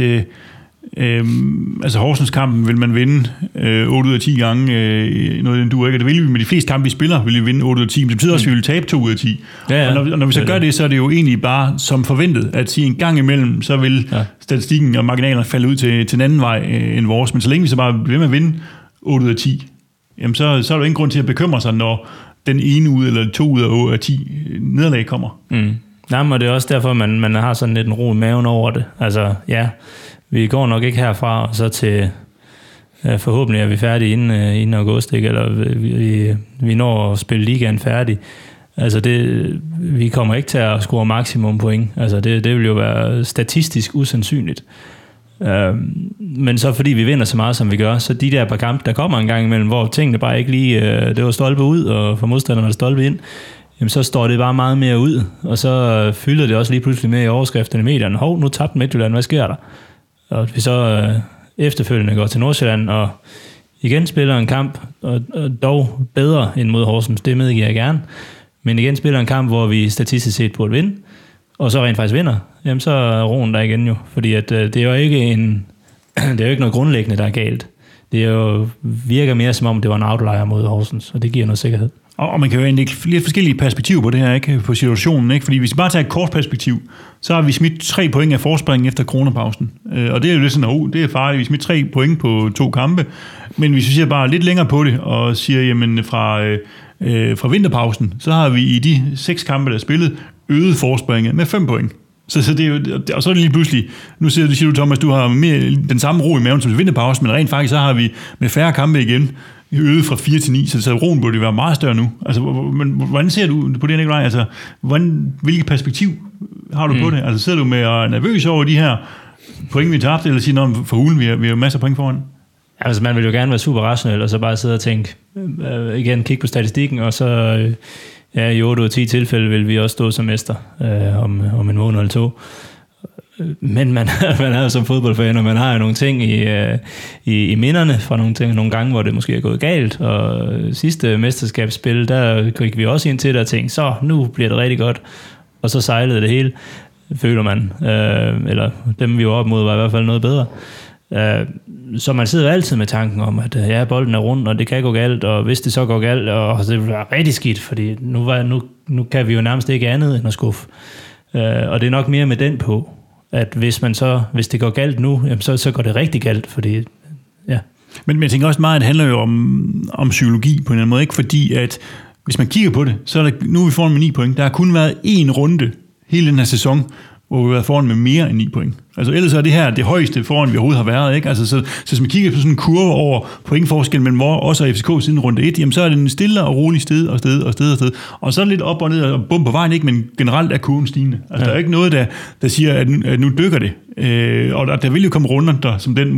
altså Horsens-kampen vil man vinde 8 ud af 10 gange, noget den duer ikke, og det vil vi med de fleste kampe, vi spiller, vil vi vinde 8 ud af 10, men det betyder også, at vi vil tabe 2 ud af 10. Ja. Og når vi så gør det, så er det jo egentlig bare som forventet, at sige en gang imellem, så vil statistikken og marginalerne falde ud til en anden vej end vores, men så længe vi så bare bliver med at vinde 8 ud af 10, jamen så er der jo ingen grund til at bekymre sig, når den ene ud eller 2 ud af 10 nederlag kommer. Nej, men det er også derfor, man har sådan lidt en ro i maven over det. Altså, ja, vi går nok ikke herfra, og så til forhåbentlig er vi færdige inden august, ikke? Eller vi når at spille ligaen færdig. Altså, vi kommer ikke til at score maksimum point. Altså, det vil jo være statistisk usandsynligt. Men så fordi vi vinder så meget, som vi gør, så de der par kampe, der kommer en gang imellem, hvor tingene bare ikke lige, det var stolpe ud, og for modstanderne stolpe ind, jamen så står det bare meget mere ud, og så fylder det også lige pludselig med i overskrifterne i medierne. Hov, nu tabte Midtjylland, hvad sker der? Og vi så efterfølgende går til Nordsjælland, og igen spiller en kamp, og dog bedre end mod Horsens, det medgiver jeg gerne, men igen spiller en kamp, hvor vi statistisk set burde vinde, og så rent faktisk vinder, jamen så er roen der igen jo, fordi at det er jo ikke det er jo ikke noget grundlæggende, der er galt. Det er jo, virker mere som om, det var en outlier mod Horsens, og det giver noget sikkerhed. Og man kan jo egentlig lidt forskellige perspektiver på det her, ikke? På situationen, ikke? Fordi hvis vi bare tager et kort perspektiv, så har vi smidt 3 point af forspringen efter coronapausen. Og det er jo lidt sådan, det er farligt, vi smidt 3 point på 2 kampe. Men hvis vi ser bare lidt længere på det, og siger, jamen fra vinterpausen, så har vi i de 6 kampe, der er spillet, øget forspringet med 5 point. Så det er jo, og så er det lige pludselig, nu siger du, Thomas, du har mere den samme ro i maven som vinterpausen, men rent faktisk så har vi med færre kampe igen øget fra 4 til 9, så roen burde være meget større nu. Altså, hvordan ser du på det, Nikolaj? Altså, hvilket perspektiv har du på det? Altså, sidder du med at nervøs over de her point, vi tabte, eller siger noget for hulen, vi har jo masser af point foran? Altså, man vil jo gerne være super rationel, og så bare sidde og tænke, igen, kigge på statistikken, og så i 8 ud af 10 tilfælde vil vi også stå som mester om en måned eller 2. Men man er jo som fodboldfan, og man har jo nogle ting i minderne fra nogle gange, hvor det måske er gået galt. Og sidste mesterskabsspil, der gik vi også ind til det og tænkte, så nu bliver det rigtig godt. Og så sejlede det hele, føler man. Eller dem vi var op mod var i hvert fald noget bedre. Så man sidder altid med tanken om, at bolden er rundt, og det kan gå galt, og hvis det så går galt, og det vil være rigtig skidt, fordi nu kan vi jo nærmest ikke andet end at skuffe. Og det er nok mere med den på, at hvis det går galt nu, jamen så går det rigtig galt, fordi ja. Men jeg tænker også meget, at det handler jo om psykologi på en eller anden måde, ikke? Fordi at hvis man kigger på det, så er der, nu er vi foran med 9 point. Der har kun været én runde hele den her sæson, hvor vi har været foran med mere end 9 point. Altså ellers er det her det højeste foran, vi overhovedet har været, ikke? Altså, så hvis man kigger på sådan en kurve over pointforskel mellem os og FCK siden runde 1, jamen så er det en stille og rolig sted. Og så er det lidt op og ned og bum på vejen, ikke? Men generelt er kurven stigende. Altså, der er ikke noget, der siger, at nu dykker det. Og der vil jo komme runder der, som den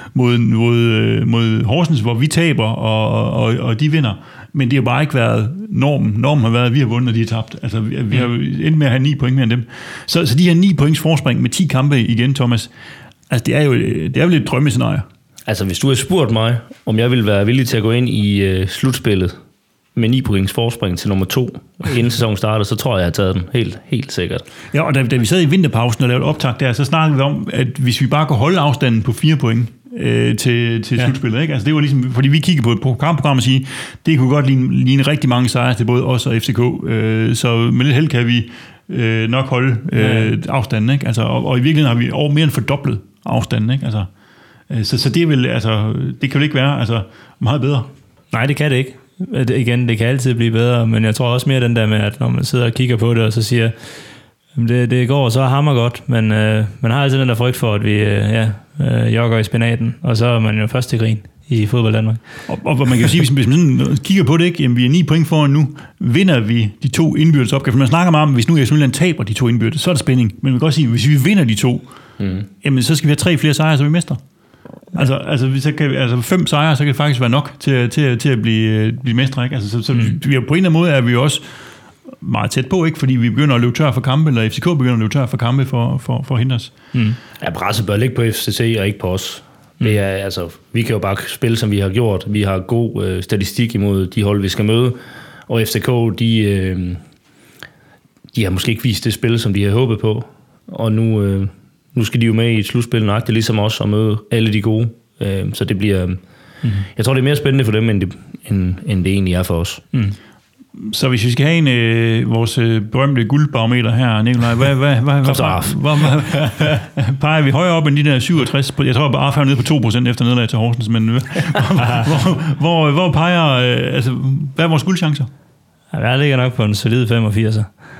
mod Horsens, hvor vi taber, og de vinder. Men det har bare ikke været normen. Normen har været, at vi har vundet, og de har tabt. Altså, vi har endt med at have 9 point mere end dem. Så de her 9 points forspring med 10 kampe igen, Thomas, altså det er jo et drømmescenarie. Altså, hvis du har spurgt mig, om jeg ville være villig til at gå ind i slutspillet med 9 points forspring til nummer 2, inden sæsonen starter, så tror jeg har taget den. Helt sikkert. Ja, og da vi sad i vinterpausen og lavede optag der, så snakkede vi om, at hvis vi bare kunne holde afstanden på 4 point, til slutspillet, ikke? Altså det var ligesom, fordi vi kiggede på et kampprogram og sige, det kunne godt ligne rigtig mange sejre til både os og FCK, så med lidt held kan vi nok holde afstanden, ikke? Altså, og i virkeligheden har vi over mere end fordoblet afstanden, ikke? Altså, så det vil, altså, det kan jo ikke være, altså, meget bedre. Nej, det kan det ikke. Igen, det kan altid blive bedre, men jeg tror også mere den der med, at når man sidder og kigger på det, og så siger, det går så hammer godt, men man har altid den der frygt for, at vi jogger i spinaten, og så er man jo først til grin i fodbold Danmark. Og man kan jo sige, hvis man sådan kigger på det, ikke, jamen, vi er 9 point foran nu, vinder vi de 2 indbyrdes opgaver. For man snakker meget om, hvis nu Jylland taber de 2 indbyrdes, så er der spænding. Men man kan godt sige, hvis vi vinder de 2, jamen, så skal vi have 3 flere sejre, så vi mester. Altså 5 sejre, så kan det faktisk være nok til at blive mestre, ikke? Altså, så vi er på en eller anden måde er vi også meget tæt på, ikke? Fordi vi begynder at løbe tør for kampe, eller FCK begynder at løbe tør for kampe for at hindre os. Ja, presset bør ligge på FCC og ikke på os. Det er, altså, vi kan jo bare spille, som vi har gjort. Vi har god statistik imod de hold, vi skal møde. Og FCK, de har måske ikke vist det spil, som de har håbet på. Og nu skal de jo med i et slutspil nøjagtigt, ligesom os, og møde alle de gode. Så det bliver... Jeg tror, det er mere spændende for dem, end det egentlig er for os. Så hvis vi skal have vores berømte guldbarometer her, Nikolaj, hvad peger vi højere op end de der 67? Jeg tror, at ARF er nede på 2% efter nederlag til Horsens, men hvor peger, altså, hvad er vores guldchancer? Jeg ligger nok på en solid 85.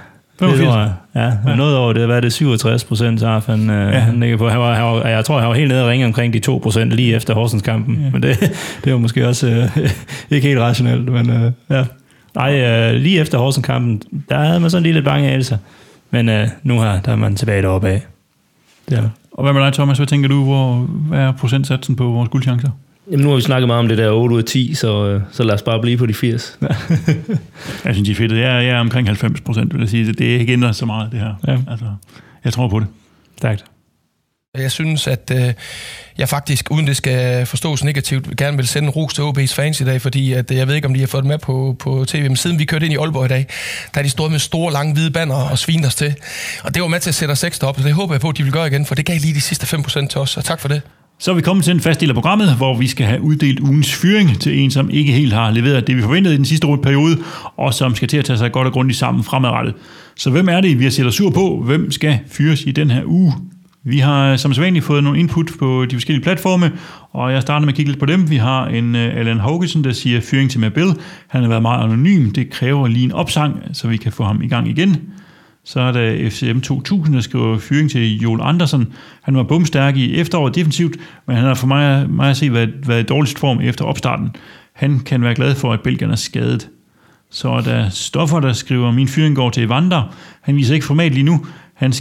Ja, noget over det. Hvad er det? 67% til ARF, han ligger på. Jeg tror, han var helt nede og ringe omkring de 2% lige efter Horsens-kampen. Ja. Men det var måske også ikke helt rationelt, men ja. Nej, lige efter Horsens-kampen, der havde man sådan lige lidt bange anelser. Men nu der er man tilbage deroppe af. Ja. Og hvad med dig, Thomas? Hvad tænker du, hvad er procentsatsen på vores guldchancer? Jamen, nu har vi snakket meget om det der 8 ud af 10, så lad os bare blive på de 80. Jeg synes, de er fedt. Jeg er omkring 90%, vil jeg sige. Det er ikke ændret så meget, det her. Ja. Altså, jeg tror på det. Stærkt. Jeg synes, at jeg faktisk, uden det skal forstås negativt, gerne vil sende en ros til OB's fans i dag, fordi at, jeg ved ikke, om de har fået det med på tv, men siden vi kørte ind i Aalborg i dag, der er de stået med store, lange, hvide banner og sviner os til. Og det var med til at sætte os ekstra op, så det håber jeg på, at de vil gøre igen, for det gav lige de sidste 5% til os, og tak for det. Så er vi kommet til en fast del af programmet, hvor vi skal have uddelt ugens fyring til en, som ikke helt har leveret det, vi forventede i den sidste periode, og som skal til at tage sig godt og grundigt sammen fremadrettet. Så hvem er det, vi har sætter sur på? Hvem skal fyres i den her uge? Vi har som sædvanligt fået nogle input på de forskellige platforme, og jeg starter med at kigge lidt på dem. Vi har en Allan Haugesen, der siger fyring til Mabel. Han har været meget anonym. Det kræver lige en opsang, så vi kan få ham i gang igen. Så er der FCM 2000, der skriver fyring til Joel Andersen. Han var bumstærk i efteråret defensivt, men han har for mig at se været i dårligst form efter opstarten. Han kan være glad for, at belgierne er skadet. Så er der Stoffer, der skriver, min fyring går til Evander. Han viser ikke format lige nu. Jeg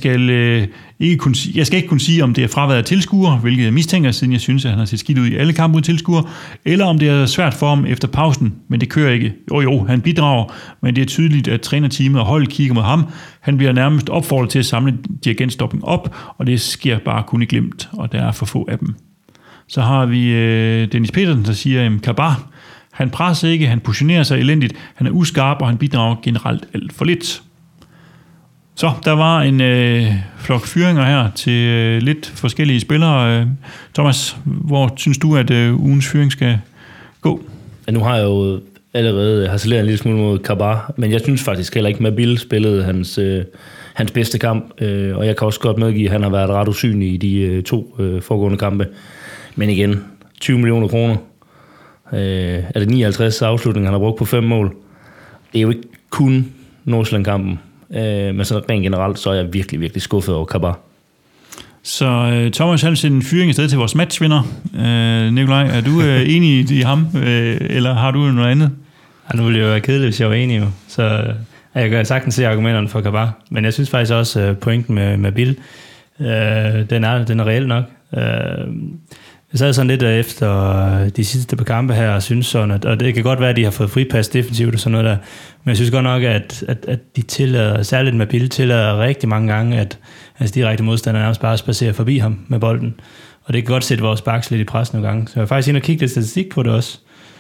skal ikke kunne sige, om det er fraværet af tilskuere, hvilket jeg mistænker, siden jeg synes, at han har set skidt ud i alle kampe uden tilskuere, eller om det er svært for ham efter pausen, men det kører ikke. Jo, han bidrager, men det er tydeligt, at trænerteamet og holdet kigger mod ham. Han bliver nærmest opfordret til at samle dirigentstoppen op, og det sker bare kun i glimt, og der er for få af dem. Så har vi Dennis Petersen, der siger, Kabar, han presser ikke, han positionerer sig elendigt, han er uskarp, og han bidrager generelt alt for lidt. Så der var en flok fyringer her til lidt forskellige spillere. Thomas, hvor synes du, at ugens fyring skal gå? Ja, nu har jeg jo allerede harceleret en lille smule mod Kabar, men jeg synes faktisk heller ikke, at Mabil spillede hans bedste kamp, og jeg kan også godt medgive, at han har været ret usynlig i de 2 foregående kampe. Men igen, 20 millioner kroner. Er det 59 afslutninger, han har brugt på 5 mål? Det er jo ikke kun Nordsjælland-kampen, men så rent generelt, så er jeg virkelig, virkelig skuffet over Kabar. Så Thomas han sender en fyring afsted til vores matchvinder. Nikolaj, er du enig i ham, eller har du noget andet? Ja, nu ville jeg jo være kedelig, hvis jeg var enig. Så jeg kan sagtens se argumenterne for Kabar. Men jeg synes faktisk også, pointen med Bill, den er reel nok. Jeg sad sådan lidt efter de sidste par kampe her og synes sådan, og det kan godt være, at de har fået fripas defensivt og sådan noget der, men jeg synes godt nok, at de tillader, særligt med Bill, tillader rigtig mange gange, at hans direkte modstander nærmest bare spacerer forbi ham med bolden. Og det kan godt sætte vores backs lidt i pres nogle gange. Så jeg er faktisk inde og kigge lidt statistik på det også,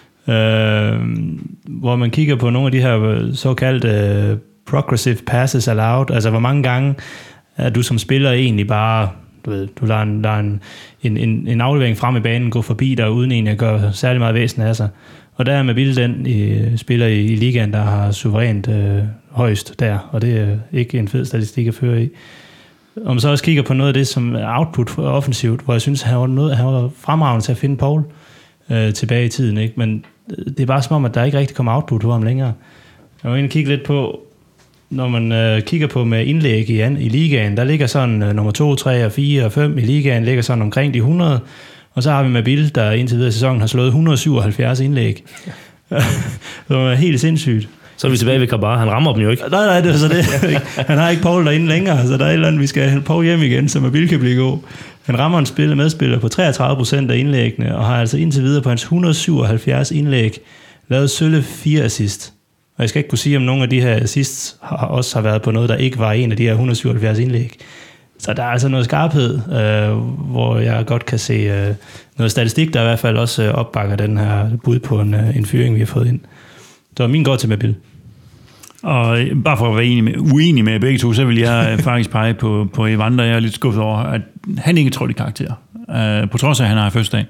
hvor man kigger på nogle af de her såkaldte progressive passes allowed, altså hvor mange gange er du som spiller egentlig bare... Du lader en aflevering frem i banen gå forbi dig, uden egentlig at gøre særlig meget væsen af sig. Og der er med Bill den spiller i ligaen, der har suverænt højst der, og det er ikke en fed statistik at føre i. Og man så også kigger på noget af det, som er output offensivt, hvor jeg synes, han var fremragende til at finde Paul tilbage i tiden, ikke? Men det er bare som om, at der ikke rigtig kommer output på ham længere. Jeg var inde og kigge lidt på, når man kigger på med indlæg i ligaen, der ligger sådan nummer 2, 3 og 4 og 5 i ligaen, ligger sådan omkring de 100, og så har vi med Bill, der indtil videre sæsonen har slået 177 indlæg. Det var helt sindssygt. Så er vi tilbage ved Kabar. Han rammer dem jo ikke. Nej, det er så det. Han har ikke Paul derinde længere, så der er et eller andet, vi skal have Paul hjem igen, så Bill kan blive god. Han rammer en medspiller på 33% af indlæggene, og har altså indtil videre på hans 177 indlæg lavet sølle 4 assist. Og jeg skal ikke kunne sige, om nogle af de her assists også har været på noget, der ikke var en af de her 177 indlæg. Så der er altså noget skarphed, hvor jeg godt kan se noget statistik, der i hvert fald også opbakker den her bud på en fyring, vi har fået ind. Så min går til med Bill. Og bare for at være uenig med begge to, så vil jeg faktisk pege på Evander. Jeg er lidt skuffet over, at han ikke trådte i karakter. På trods af, at han har første dag.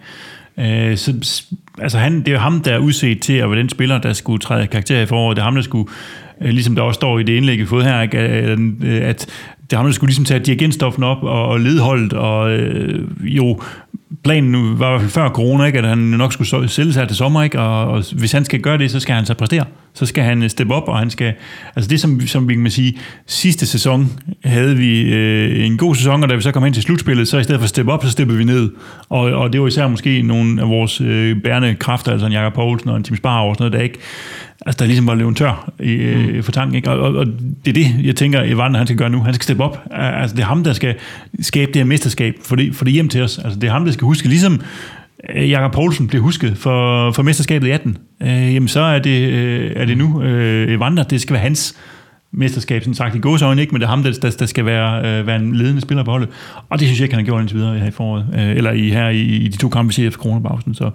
Det er ham, der er udset til at være den spiller, der skulle træde karakter i foråret. Det er ham, der skulle, ligesom der også står i det indlæg, vi har fået her, at det er ham, der skulle ligesom tage dirigentstoffen op og lede holdet, og jo, planen nu var i hvert fald før corona, ikke, at han nok skulle sælge sig til sommer, ikke, og hvis han skal gøre det, så skal han så præstere. Så skal han steppe op, og han skal... Altså det, som vi kan sige, sidste sæson havde vi en god sæson, og da vi så kom hen til slutspillet, så i stedet for at steppe op, så steppede vi ned. Og det var især måske nogle af vores bærende kræfter, altså en Jakob Poulsen og en Tim Sparre og sådan noget, der ikke... Altså, der ligesom var løven tør for tanken, ikke? Og det er det, jeg tænker, Evander, han skal gøre nu. Han skal steppe op. Altså, det er ham, der skal skabe det her mesterskab, for det hjem til os. Altså, det er ham, der skal huske, ligesom Jakob Poulsen blev husket for mesterskabet i 18. Jamen, så er det nu Evander. Det skal være hans mesterskab, sådan sagt i gåseøjne, ikke? Men det er ham, der skal være en ledende spiller på holdet. Og det synes jeg ikke, han har gjort indtil videre her i foråret. Eller her i de 2 kampe, vi ser efter coronapausen. Så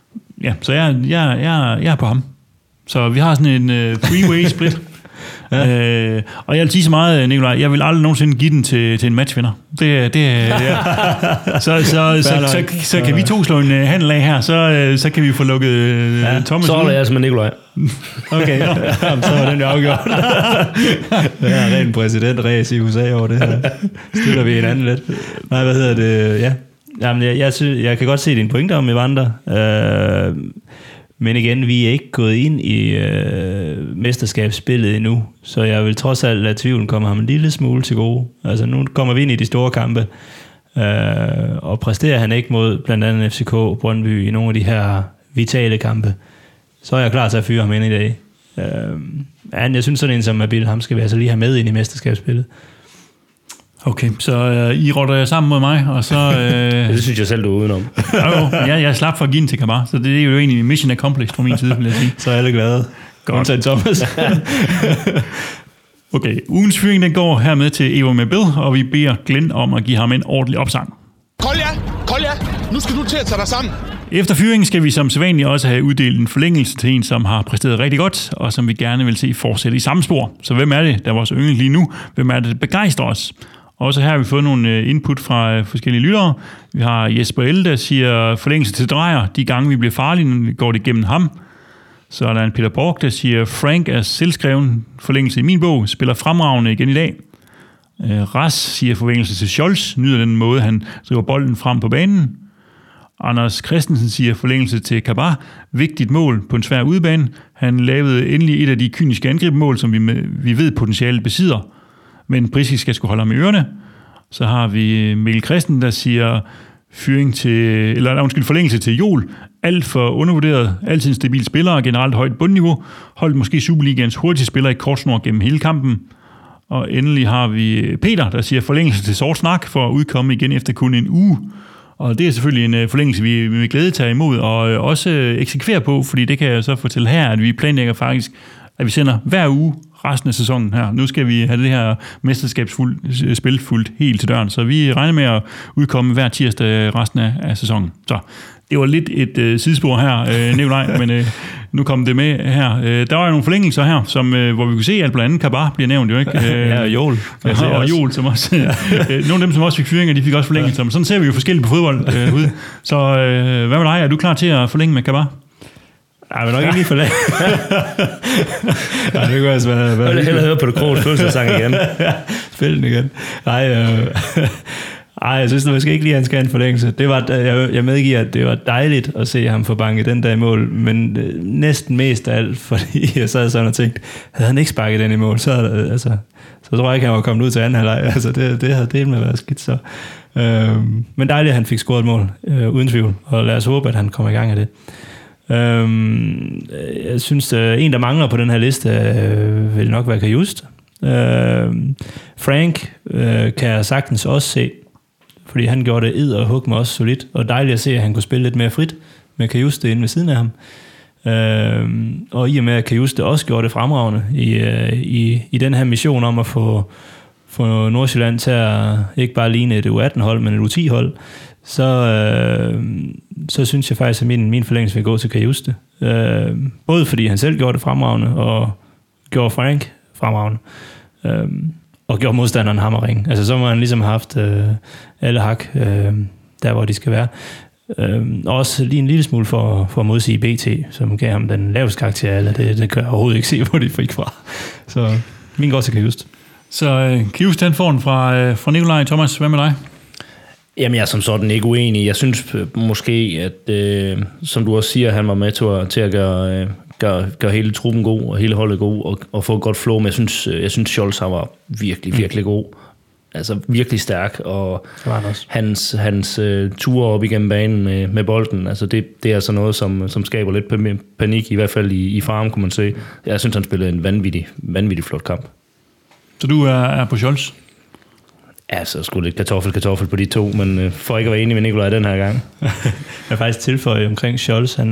jeg er på ham. Så vi har sådan en three-way split. Og jeg vil sige så meget, Nikolaj, jeg vil aldrig nogensinde give den til en matchvinder. Så kan vi 2 slå en handel af her, så kan vi få lukket Thomas. Så holder jeg altså med Nikolaj. Okay, så var den jo afgjort. Det er rent præsidentræs i USA over det her. Stiller vi hinanden lidt. Nej, hvad hedder det? Ja. Jamen, jeg kan godt se din pointe om Evander. Men igen, vi er ikke gået ind i mesterskabsspillet endnu, så jeg vil trods alt lade tvivlen komme ham en lille smule til gode. Altså nu kommer vi ind i de store kampe, og præsterer han ikke mod blandt andet FCK, Brøndby i nogle af de her vitale kampe, så er jeg klar til at fyre ham ind i dag. Jeg synes sådan en som Abil, ham skal vi altså lige have med ind i mesterskabsspillet. Okay, så I rotter jer sammen mod mig, og så... Det synes jeg selv, du er udenom. Jeg slap for at give den til Kabar, så det er jo egentlig mission accomplished fra min side, vil jeg sige. Så er alle glade. Godt. Thomas. Okay, ugens fyring, den går hermed til Evo med Bill, og vi beder Glenn om at give ham en ordentlig opsang. Kolja, nu skal du til at tage dig sammen. Efter fyringen skal vi som sædvanligt også have uddelt en forlængelse til en, som har præsteret rigtig godt, og som vi gerne vil se fortsætte i samme spor. Så hvem er det, der er vores yndling lige nu? Hvem er det, der begejstrer os? Også her har vi fået nogle input fra forskellige lyttere. Vi har Jesper L., der siger forlængelse til Drejer. De gange, vi bliver farlige, går det gennem ham. Så er der en Peter Borg, der siger, Frank er selvskreven forlængelse i min bog, spiller fremragende igen i dag. Ras siger forvængelser til Scholz, nyder den måde, han driver bolden frem på banen. Anders Christensen siger forlængelse til Kabar. Vigtigt mål på en svær udebane. Han lavede endelig et af de kyniske angrebsmål, som vi ved potentiale besidder. Men Briski skal skulle holde ham i ørerne. Så har vi Mikkel Christen, der siger forlængelse til Jol. Alt for undervurderet. Altid en stabil spiller og generelt højt bundniveau. Holdt måske Superligaens hurtigste spiller i kortsnor gennem hele kampen. Og endelig har vi Peter, der siger forlængelse til Sort Snak for at udkomme igen efter kun en uge. Og det er selvfølgelig en forlængelse, vi med glæde tager imod og også eksekverer på, fordi det kan jeg så fortælle her, at vi planlægger faktisk, at vi sender hver uge resten af sæsonen her. Nu skal vi have det her mesterskabsspil fuldt helt til døren, så vi regner med at udkomme hver tirsdag resten af sæsonen. Så det var lidt et sidespor her, Nikolaj, men nu kom det med her. Der var jo nogle forlængelser her, som, hvor vi kunne se, at blandt andet Kabar bliver nævnt jo, ikke? Ja, og Jol. Og Jol, som også... nogle af dem, som også fik fyringer, de fik også forlængelser. Men sådan ser vi jo forskelligt på fodbold ud. Så hvad med dig? Er du klar til at forlænge med Kabar? Nej, men nok ikke lige forlænge. Nej, det kunne altså være... Jeg vil hellere høre på det krogs følelsesang igen. Spil den igen. Nej, jeg synes måske ikke lige, at han skal have en forlængelse. Det var, jeg medgiver, at det var dejligt at se ham få banket den der i mål, men næsten mest af alt, fordi jeg sad sådan og tænkte, havde han ikke sparket den i mål, så tror jeg ikke, han var kommet ud til anden halvleg. Altså, det havde delt med været skidt, så. Men dejligt, at han fik scoret et mål, uden tvivl, og lad os håbe, at han kommer i gang af det. Jeg synes, en, der mangler på den her liste, vil nok være Kajust. Frank kan jeg sagtens også se, fordi han gjorde det og hug mig også solidt, og dejligt at se, at han kunne spille lidt mere frit med Kajuste inde ved siden af ham. Og i og med, at Kajuste også gjorde det fremragende i den her mission om at få Nordsjælland til at ikke bare ligne et U18-hold, men et U10-hold, så synes jeg faktisk, at min forlængelse vil gå til Kajuste. Både fordi han selv gjorde det fremragende, og gjorde Frank fremragende. Og gjorde modstanderen hammering. Altså så må han ligesom have haft alle hak der, hvor de skal være. Også lige en lille smule for at modsige BT, som gav ham den laveste karakter, eller det kan jeg overhovedet ikke se, hvor de fik fra. Så min går til Kajust. Så Kajust, den får den fra Nikolaj. Thomas, hvad med dig? Jamen, jeg er som sådan ikke uenig. Jeg synes måske, at som du også siger, han var med til at gøre hele truppen god, og hele holdet god, og få et godt flow. Men jeg synes Scholz var virkelig, virkelig god. Altså virkelig stærk, og hans ture op igennem banen med bolden, altså det er altså noget, som skaber lidt panik, i hvert fald i farm, kunne man se. Jeg synes, han spillede en vanvittig flot kamp. Så du er på Scholz? Ja, så skulle lidt kartoffel på de to, men for ikke at være enig med Nikolaj den her gang. Jeg vil faktisk tilføje omkring Scholz, han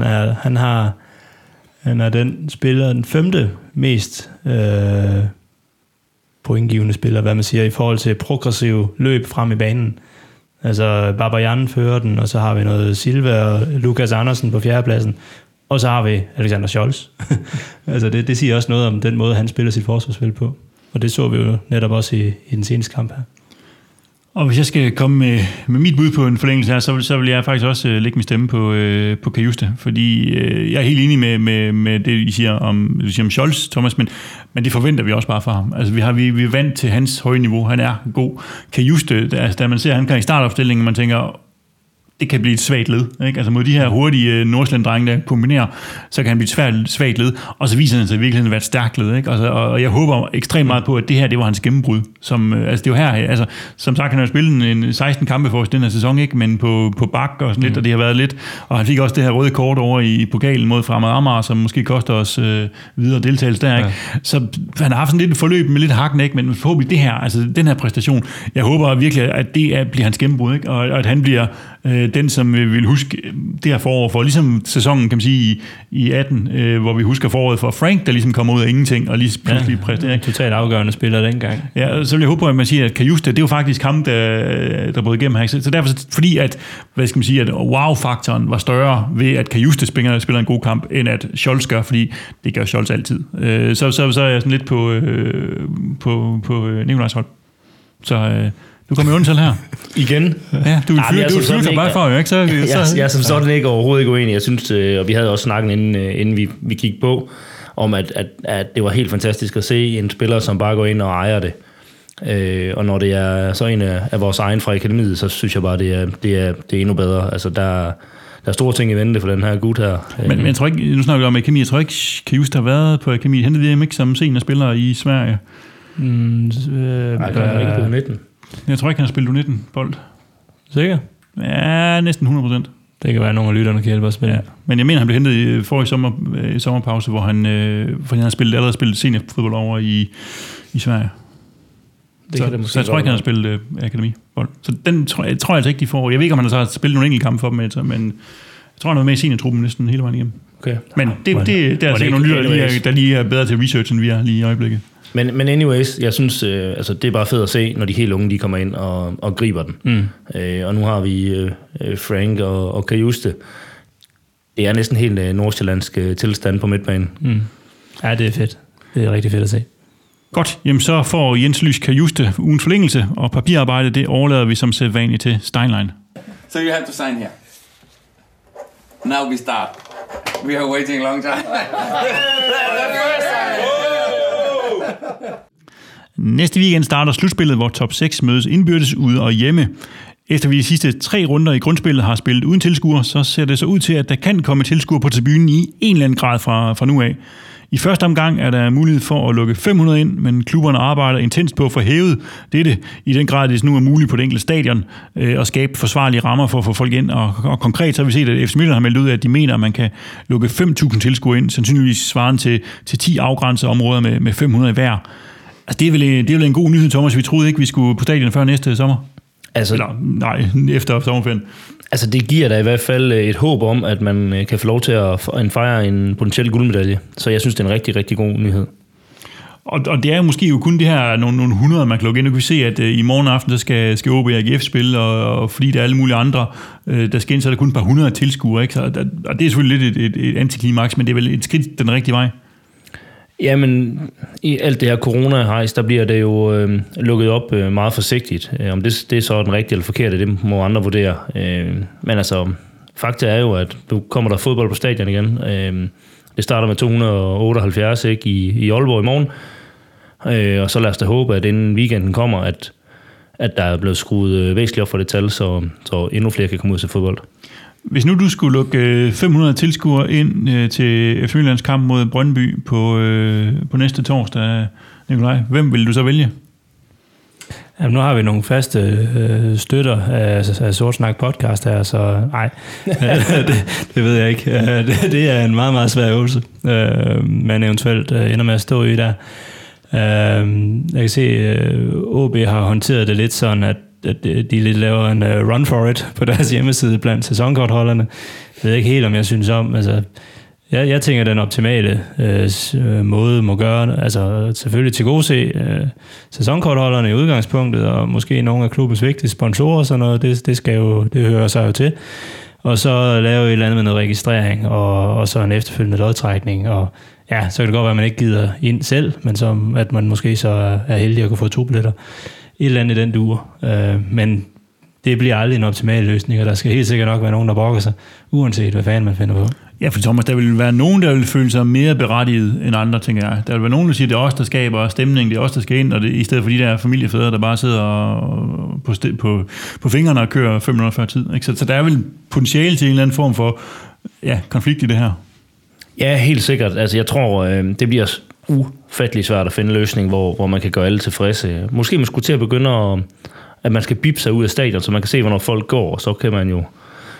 er den 5. mest pointgivende spiller, hvad man siger, i forhold til progressiv løb frem i banen. Altså Babajan fører den, og så har vi noget Silva og Lukas Andersen på 4. pladsen, og så har vi Alexander Scholz. Altså det siger også noget om den måde, han spiller sit forsvarsspil på. Og det så vi jo netop også i den seneste kamp her. Og hvis jeg skal komme med mit bud på en forlængelse her, så vil jeg faktisk også lægge min stemme på Kajuste, fordi jeg er helt enig med det, I siger om Scholz, Thomas, men det forventer vi også bare fra ham. Altså, vi er vant til hans høje niveau. Han er god. Kajuste, da man ser, han kan i startopstillingen, man tænker, det kan blive et svagt led. Ikke? Altså mod de her hurtige Nordsjælland-drenge, der kombinerer, så kan han blive et svagt led, og så viser han sig i virkeligheden at være et stærkt led. Ikke? Og jeg håber ekstremt meget på, at det her, det var hans gennembrud. Altså det var her, altså som sagt, han har spillet en 16 kampe for os den her sæson, ikke? Men på bak og sådan lidt, og det har været lidt, og han fik også det her røde kort over i pokalen mod Fremad Amager, som måske koster os videre deltagelse der. Ikke? Ja. Så han har haft sådan lidt et forløb med lidt hakken, ikke? Men forhåbentlig det her, altså den her præstation, jeg håber virkelig, at det bliver hans gennembrud, ikke? Og at han bliver den, som vi vil huske det her forår for, ligesom sæsonen, kan man sige, i 18, hvor vi husker foråret for Frank, der ligesom kommer ud af ingenting, og lige pludselig præsterer. Ja, totalt afgørende spiller dengang. Ja, så vil jeg håbe på, at man siger, at Kajuste, det er jo faktisk ham, der brød igennem her. Så derfor, fordi at, hvad skal man sige, at wow-faktoren var større ved, at Kajuste spiller en god kamp, end at Scholz gør, fordi det gør Scholz altid. Så er jeg sådan lidt på Nikolajs hold. Så du kommer i undtal her. Igen? Ja, du flytter bare for, jo, ikke? Jeg er som sådan ikke overhovedet ikke uenig. Jeg synes, og vi havde også snakket inden vi gik på, om at det var helt fantastisk at se en spiller, som bare går ind og ejer det. Og når det er så en af vores egen fra akademiet, så synes jeg bare, det er endnu bedre. Altså, der er store ting i vente for den her gut her. Men jeg tror ikke, nu snakker vi om akademi, jeg tror ikke, Kajust har været på akademi. Hentede vi ham ikke som seniorspiller i Sverige? Nej, det er ikke på 19. Jeg tror ikke, han har spillet U19-bold. Sikker? Ja, næsten 100%. Det kan være, nogle af lytterne kan hjælpe os med. Ja. Men jeg mener, han blev hentet i forrige sommerpause, hvor han allerede spillet seniorfodbold over i Sverige. Så jeg tror ikke, han har spillet akademibold. Så den tror jeg altså ikke, de får. Jeg ved ikke, om han har spillet nogle enkelte kampe for dem, men jeg tror, han har været med i seniortruppen næsten hele vejen igennem. Okay. Men det er altså nogle lytter, der lige er bedre til research, end vi er lige i øjeblikket. Men anyways, jeg synes, altså, det er bare fedt at se, når de helt unge de kommer ind og griber den. Og nu har vi Frank og Kajuste. Det er næsten helt nordsjællandsk tilstand på midtbanen. Ja, det er fedt. Det er rigtig fedt at se. Godt, jamen så får Jens Lys Kajuste ugens forlængelse, og papirarbejde, det overlader vi som sædvanligt til Steinlein. So you have to sign here. Now we start. We are waiting a long time. Næste weekend starter slutspillet, hvor top 6 mødes indbyrdes ude og hjemme. Efter vi de sidste 3 runder i grundspillet har spillet uden tilskuer, så ser det så ud til, at der kan komme tilskuer på tribunen i en eller anden grad fra nu af. I første omgang er der mulighed for at lukke 500 ind, men klubberne arbejder intenst på at få hævet dette i den grad, det nu er muligt på det enkelte stadion og skabe forsvarlige rammer for at få folk ind. Og konkret så har vi set, at FC Midtjylland har meldt ud, at de mener, at man kan lukke 5.000 tilskuere ind, sandsynligvis svarende til 10 afgrænsede områder med 500 hver. Altså, det er vel en god nyhed, Thomas. Vi troede ikke, vi skulle på stadion før næste sommer. Altså, nej, efter sommerferien. Altså, det giver da i hvert fald et håb om, at man kan få lov til at fejre en potentiel guldmedalje. Så jeg synes, det er en rigtig, rigtig god nyhed. Og det er jo måske jo kun det her nogle 100, man kan lukke ind. Nu kan vi se, at i morgen aften, så skal OB og AGF spille, og fordi der er alle mulige andre, der skal ind, så er der kun et par 100 tilskuere. Ikke? Og det er selvfølgelig lidt et antiklimaks, men det er vel et skridt den rigtige vej. Jamen, i alt det her corona-hejs, der bliver det jo lukket op meget forsigtigt. Om det er så den rigtige eller forkerte, det må andre vurdere. Men altså, fakta er jo, at nu kommer der fodbold på stadion igen. Det starter med 278 ikke, i Aalborg i morgen. Og så lad os da håbe, at inden weekenden kommer, at der er blevet skruet væsentligt op for det tal, så endnu flere kan komme ud til fodbold. Hvis nu du skulle lukke 500 tilskuere ind til FC Midtjyllands kamp mod Brøndby på næste torsdag, Nikolaj, hvem vil du så vælge? Jamen, nu har vi nogle faste støtter af Sortsnak podcast her, så nej, det ved jeg ikke. Det er en meget, meget svær øvelse, man eventuelt ender med at stå i der. Jeg kan se, at OB har håndteret det lidt sådan, at de lidt laver en run for it på deres hjemmeside blandt sæsonkortholderne. Jeg ved ikke helt, om jeg synes om. Altså, jeg tænker, den optimale måde må gøre, altså selvfølgelig til gode se sæsonkortholderne i udgangspunktet, og måske nogle af klubbens vigtige sponsorer, sådan noget, det hører sig jo til. Og så lave et eller andet med noget registrering, og så en efterfølgende lodtrækning, og ja, så kan det godt være, at man ikke gider ind selv, men så, at man måske så er heldig at kunne få 2 billetter. Et eller andet i den duer. Men det bliver aldrig en optimal løsning, og der skal helt sikkert nok være nogen, der brokker sig, uanset hvad fanden man finder på. Ja, for Thomas, der vil være nogen, der vil føle sig mere berettiget end andre, tænker jeg. Der vil være nogen, der siger, at det er os, der skaber stemning, det er os, der skal ind, og det, i stedet for de der familiefædre, der bare sidder på fingrene og kører 5 minutter før tid. Ikke? Så der er vel potentiale til en eller anden form for konflikt i det her. Ja, helt sikkert. Altså, jeg tror, det bliver ufattelig svært at finde en løsning, hvor man kan gøre alle tilfredse. Måske man skulle til at begynde at man skal bippe sig ud af stadion, så man kan se, hvornår folk går, og så kan man jo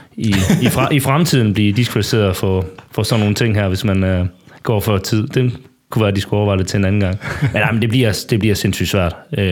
i fremtiden blive diskvalificeret for sådan nogle ting her, hvis man går før tid. Det kunne være, at de skulle overveje det til en anden gang. Men det bliver sindssygt svært.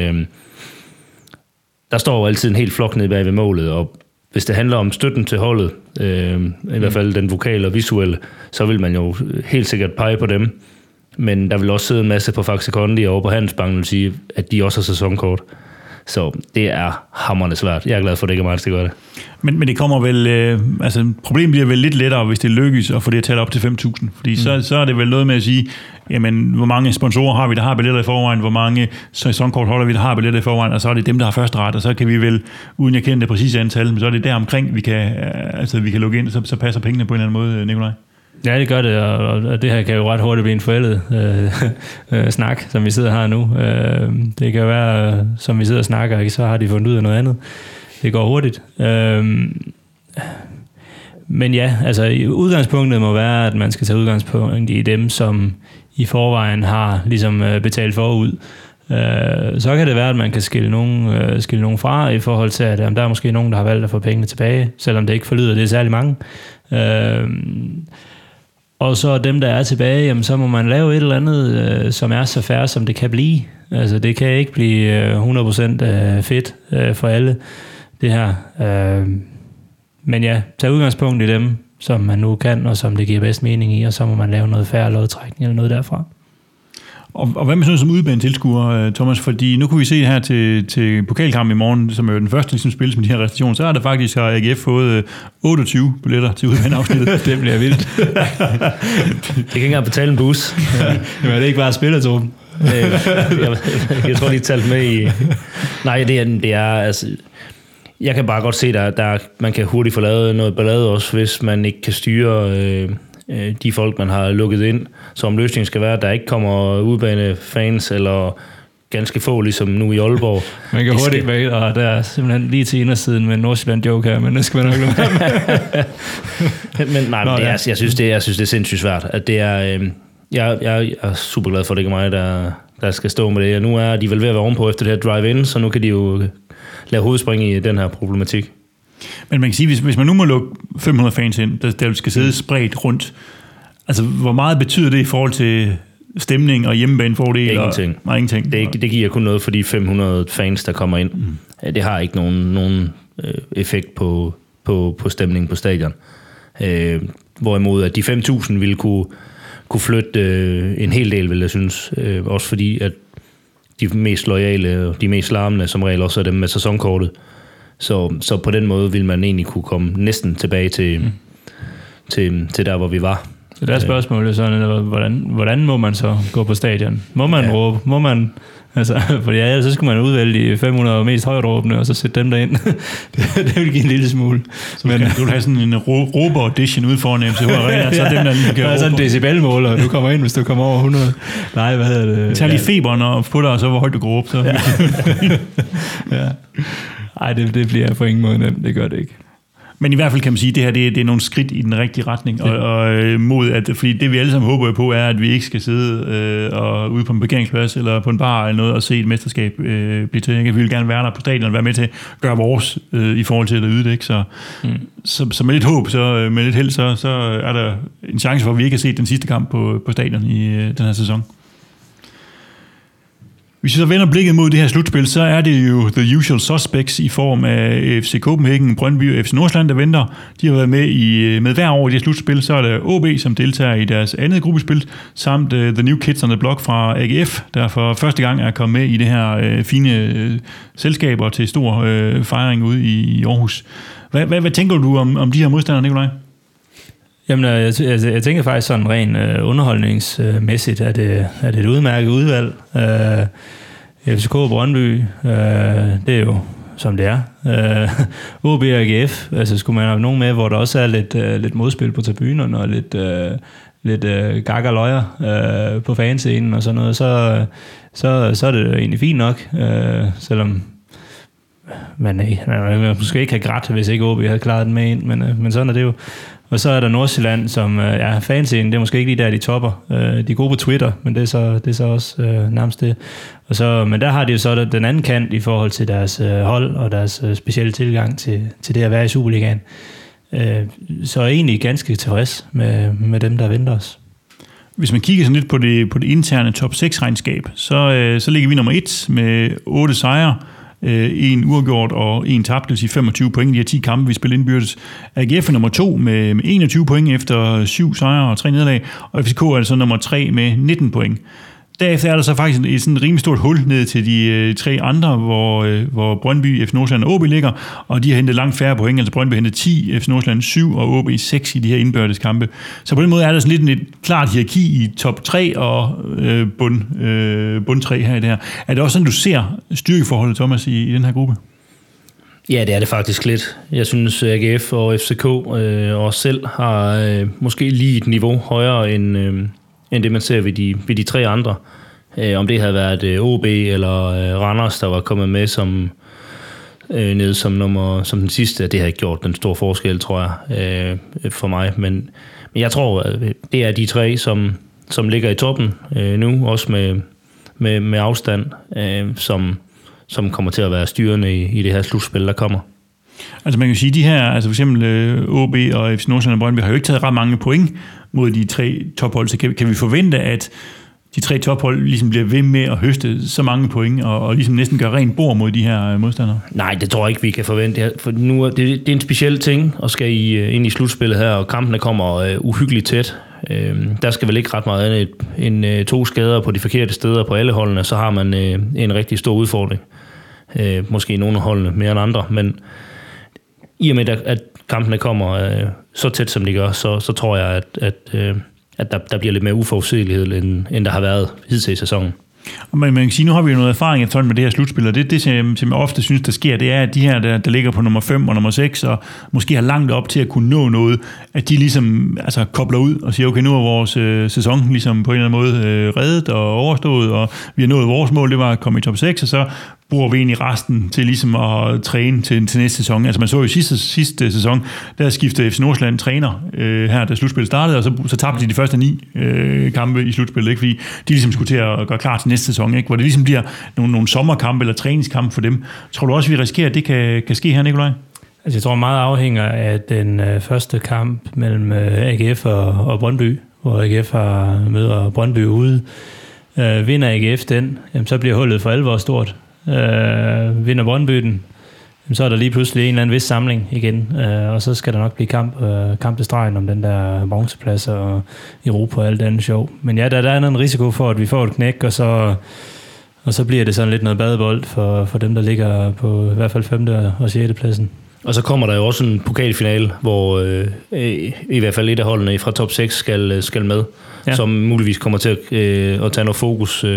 Der står jo altid en helt flok nede bag ved målet, og hvis det handler om støtten til holdet, i hvert fald den vokale og visuelle, så vil man jo helt sikkert pege på dem. Men der vil også sidde en masse på Faxe Kondi over på Handelsbanken og sige, at de også har sæsonkort. Så det er hamrende svært. Jeg er glad for, at det ikke er mig, der skal gøre det. Men det kommer vel... problemet bliver vel lidt lettere, hvis det lykkes at få det tal op til 5.000. Fordi så er det vel noget med at sige, jamen, hvor mange sponsorer har vi, der har billetter i forvejen, hvor mange sæsonkort holder vi, der har billetter i forvejen, og så er det dem, der har første ret, og så kan vi vel, uden jeg kender det præcise antal, men så er det der omkring, vi kan lukke ind, så passer pengene på en eller anden måde, Nikolaj. Ja, det gør det, og det her kan jo ret hurtigt blive en forældet snak, som vi sidder her nu. Det kan jo være, som vi sidder og snakker, ikke, så har de fundet ud af noget andet. Det går hurtigt. Men ja, altså udgangspunktet må være, at man skal tage udgangspunkt i dem, som i forvejen har ligesom betalt forud. Så kan det være, at man kan skille nogen fra i forhold til, at der er måske nogen, der har valgt at få pengene tilbage, selvom det ikke forlyder, det er særlig mange. Og så dem, der er tilbage, jamen, så må man lave et eller andet, som er så fair, som det kan blive. Altså, det kan ikke blive 100% fedt for alle, det her. Men ja, tag udgangspunkt i dem, som man nu kan, og som det giver bedst mening i, og så må man lave noget fair lodtrækning eller noget derfra. Og hvad med sådan noget som udbanetilskuer, Thomas? Fordi nu kunne vi se her til pokalkampen i morgen, som er jo den første ligesom, spil med de her restriktioner, så er der faktisk, har AGF fået 28 billetter til udbaneafsnittet. Det bliver vildt. Det kan ikke engang betale en bus. Men er det ikke bare spillertruppen? Jeg tror, de er talt med i... Nej, det er altså... Jeg kan bare godt se, at man kan hurtigt få lavet noget ballade også, hvis man ikke kan styre de folk, man har lukket ind. Så om løsningen skal være, at der ikke kommer udbanefans eller ganske få, ligesom nu i Aalborg. Man kan hurtigt væk, og der er simpelthen lige til indersiden med en Nordsjælland-joke her, men det skal man nok lade Men nej, jeg synes, det er sindssygt svært. At det er, jeg er super glad for, at det ikke er mig, der skal stå med det. Og nu er de vel ved at være ovenpå efter det her drive-in, så nu kan de jo lave hovedspring i den her problematik. Men man kan sige, hvis man nu må lukke 500 fans ind, der skal sidde spredt rundt, altså hvor meget betyder det i forhold til stemning og hjemmebanefordel? Ingenting. Og ingenting. Det giver kun noget for de 500 fans, der kommer ind. Det har ikke nogen effekt på stemningen på stadion. Hvorimod at de 5.000 ville kunne flytte en hel del, vil jeg synes. Også fordi, at de mest loyale og de mest larmende som regel også er dem med sæsonkortet. Så på den måde vil man egentlig kunne komme næsten tilbage til der, hvor vi var. Så der er spørgsmålet sådan, hvordan må man så gå på stadion? Må man råbe? Må man... Altså, for så skal man udvælge de 500 mest højt råbende, og så sætte dem derind. det vil give en lille smule. Så men, du vil have sådan en råber-audition ude foran MCH Arena, så dem der lige kan råbe. Der er sådan en decibelmåler, og du kommer ind, hvis du kommer over 100. Nej, hvad hedder det? Tag lige feberen og putter, og så hvor højt du kan råbe. Så. Ja. Ej, det bliver på ingen måde nemt, det gør det ikke. Men i hvert fald kan man sige, at det her det er nogle skridt i den rigtige retning, og mod at, fordi det vi alle sammen håber på er, at vi ikke skal sidde og ude på en parkeringsplads eller på en bar eller noget og se et mesterskab blive til. Vi vil gerne være der på stadion og være med til at gøre vores i forhold til at yde det, ikke? Så med lidt håb, med lidt held, så er der en chance for, at vi ikke har set den sidste kamp på stadion i den her sæson. Hvis vi så vender blikket mod det her slutspil, så er det jo the usual suspects i form af FC Copenhagen, Brøndby og FC Nordsjælland, der venter. De har været med hver år i det her slutspil. Så er der OB, som deltager i deres andet gruppespil, samt The New Kids on the Block fra AGF, der for første gang er kommet med i det her fine selskaber til stor fejring ude i Aarhus. Hvad tænker du om de her modstandere, Nikolaj? Jamen, jeg tænker faktisk sådan rent underholdningsmæssigt, at det er et udmærket udvalg. FCK og Brøndby, det er jo som det er. OB og AGF, altså skulle man have nogen med, hvor der også er lidt modspil på tribunerne og lidt gak og løjer på fanscenen og sådan noget, så er det egentlig fint nok, selvom man måske ikke har grædt, hvis ikke OB havde klaret den med ind, men sådan er det jo. Og så er der Nordsjælland, som fanscenen, det er måske ikke lige der, de topper. De er gode på Twitter, men det er så også nærmest det. Men der har de jo så den anden kant i forhold til deres hold og deres specielle tilgang til det at være i Superligaen. Så er egentlig ganske tilfreds med dem, der venter os. Hvis man kigger sådan lidt på det interne top 6-regnskab, så ligger vi nummer 1 med 8 sejre, en uafgjort og en tabt, det vil sige 25 point i de her 10 kampe, vi spiller indbyrdes. AGF er nummer 2 med 21 point efter 7 sejre og 3 nederlag, og FCK er så nummer 3 med 19 point. Derefter er der så faktisk et sådan rimelig stort hul ned til de 3 andre, hvor Brøndby, FC Nordsjælland og OB ligger, og de har hentet langt færre point, altså Brøndby har hentet 10, FC Nordsjælland 7 og OB 6 i de her indbyrdes kampe. Så på den måde er der sådan lidt et klart hierarki i top 3 og bund 3 her i det her. Er det også sådan, du ser styrkeforholdet, Thomas, i den her gruppe? Ja, det er det faktisk lidt. Jeg synes, AGF og FCK og os selv har måske lige et niveau højere end det, man ser ved de tre andre. Om det havde været OB eller Randers, der var kommet med som ned som den sidste, det har ikke gjort den store forskel, tror jeg, for mig. Men jeg tror, det er de tre, som ligger i toppen nu, også med afstand, som kommer til at være styrende i det her slutspil, der kommer. Altså man kan sige, de her, altså for eksempel OB og FC Nordsjælland og Brøndby har jo ikke taget ret mange point mod de tre tophold, så kan vi forvente, at de tre tophold ligesom bliver ved med at høste så mange point, og ligesom næsten gøre rent bord mod de her modstandere? Nej, det tror jeg ikke, vi kan forvente. For nu er det er en speciel ting, at skal ind i slutspillet her, og kampene kommer uhyggeligt tæt. Der skal vel ikke ret meget end 2 skader på de forkerte steder på alle holdene, så har man en rigtig stor udfordring. Måske nogle af holdene mere end andre, men i og med, at kampene kommer så tæt, som de gør, så tror jeg, at der bliver lidt mere uforudsigelighed, end der har været hidtil i sæsonen. Og man kan sige, nu har vi jo noget erfaring efterhånden med det her slutspil, og det som jeg ofte synes, der sker, det er, at de her, der ligger på nummer 5 og nummer 6, og måske har langt op til at kunne nå noget, at de ligesom kobler ud og siger, okay, nu er vores sæson ligesom på en eller anden måde reddet og overstået, og vi har nået vores mål, det var at komme i top 6, og så bruger vi egentlig resten til ligesom at træne til næste sæson. Altså man så jo sidste sæson, der skiftede FC Nordsjælland træner her, da slutspillet startede, og så tabte de første 9 kampe i slutspillet, ikke? Fordi de ligesom skulle til at gøre klar til næste sæson, ikke? Hvor det ligesom bliver nogle sommerkampe eller træningskampe for dem. Tror du også, vi risikerer, at det kan ske her, Nikolaj? Altså jeg tror meget afhænger af den første kamp mellem AGF og Brøndby, hvor AGF møder Brøndby ude. Vinder AGF den, jamen, så bliver hullet for alvor stort. Vinder Brøndby den, så er der lige pludselig en eller anden vis samling igen, og så skal der nok blive kamp til stregen om den der bronzeplads og Europa og alt andet sjov. Men ja, der er en risiko for, at vi får et knæk, og så bliver det sådan lidt noget badebold for dem, der ligger på i hvert fald 5. og 6. pladsen. Og så kommer der jo også en pokalfinale, hvor i hvert fald et af holdene fra top 6 skal med, ja, som muligvis kommer til at tage noget fokus.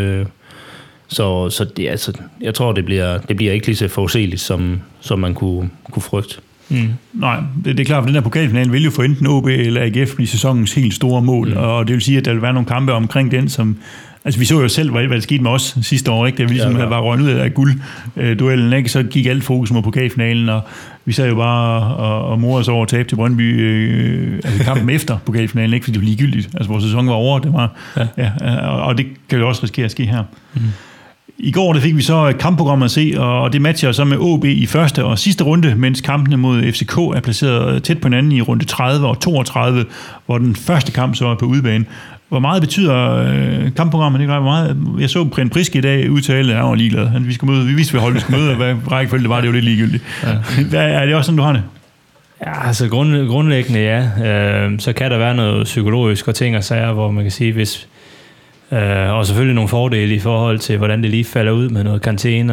Så det, altså, jeg tror, det bliver ikke lige så forudsigeligt, som man kunne frygte. Mm. Nej, det er klart, for den her pokalfinale vil jo få enten OB eller AGF blive sæsonens helt store mål, og det vil sige, at der vil være nogle kampe omkring den, som... Altså, vi så jo selv, hvad der skete med os sidste år, ikke? Da vi ligesom var røget ud af guldduellen, ikke? Så gik alt fokus mod pokalfinalen, og vi sad jo bare og morede os over at tabe til Brøndby kampen efter pokalfinalen, ikke? Fordi det var ligegyldigt. Altså, vores sæson var over, det var... Ja, og det kan jo også risikere at ske her. Mm. I går der fik vi så kampprogrammet at se, og det matcher så med OB i første og sidste runde, mens kampene mod FCK er placeret tæt på hinanden i runde 30 og 32, hvor den første kamp så er på udebane. Hvor meget betyder kampprogrammet? Hvor meget? Jeg så Brian Priske i dag udtale, at han var ligeglad. Vi vidste, hvad hold vi skulle møde, og hvad rækkefølge det var, det jo lidt ligegyldigt. Ja. Er det også sådan, du har det? Ja, altså grundlæggende ja. Så kan der være noget psykologisk og ting og sager, hvor man kan sige, hvis... og selvfølgelig nogle fordele i forhold til, hvordan det lige falder ud med noget karantæne,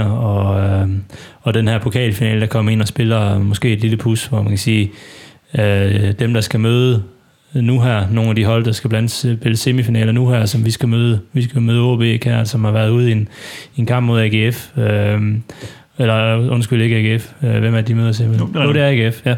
og den her pokalfinale, der kommer ind og spiller måske et lille pus, hvor man kan sige, dem, der skal møde nu her, nogle af de hold, der skal blandt spille semifinaler nu her, som vi skal møde OB her, som har været ude i en kamp mod AGF, eller undskyld, ikke AGF. Hvem er de møder simpelthen? Det er AGF, ja.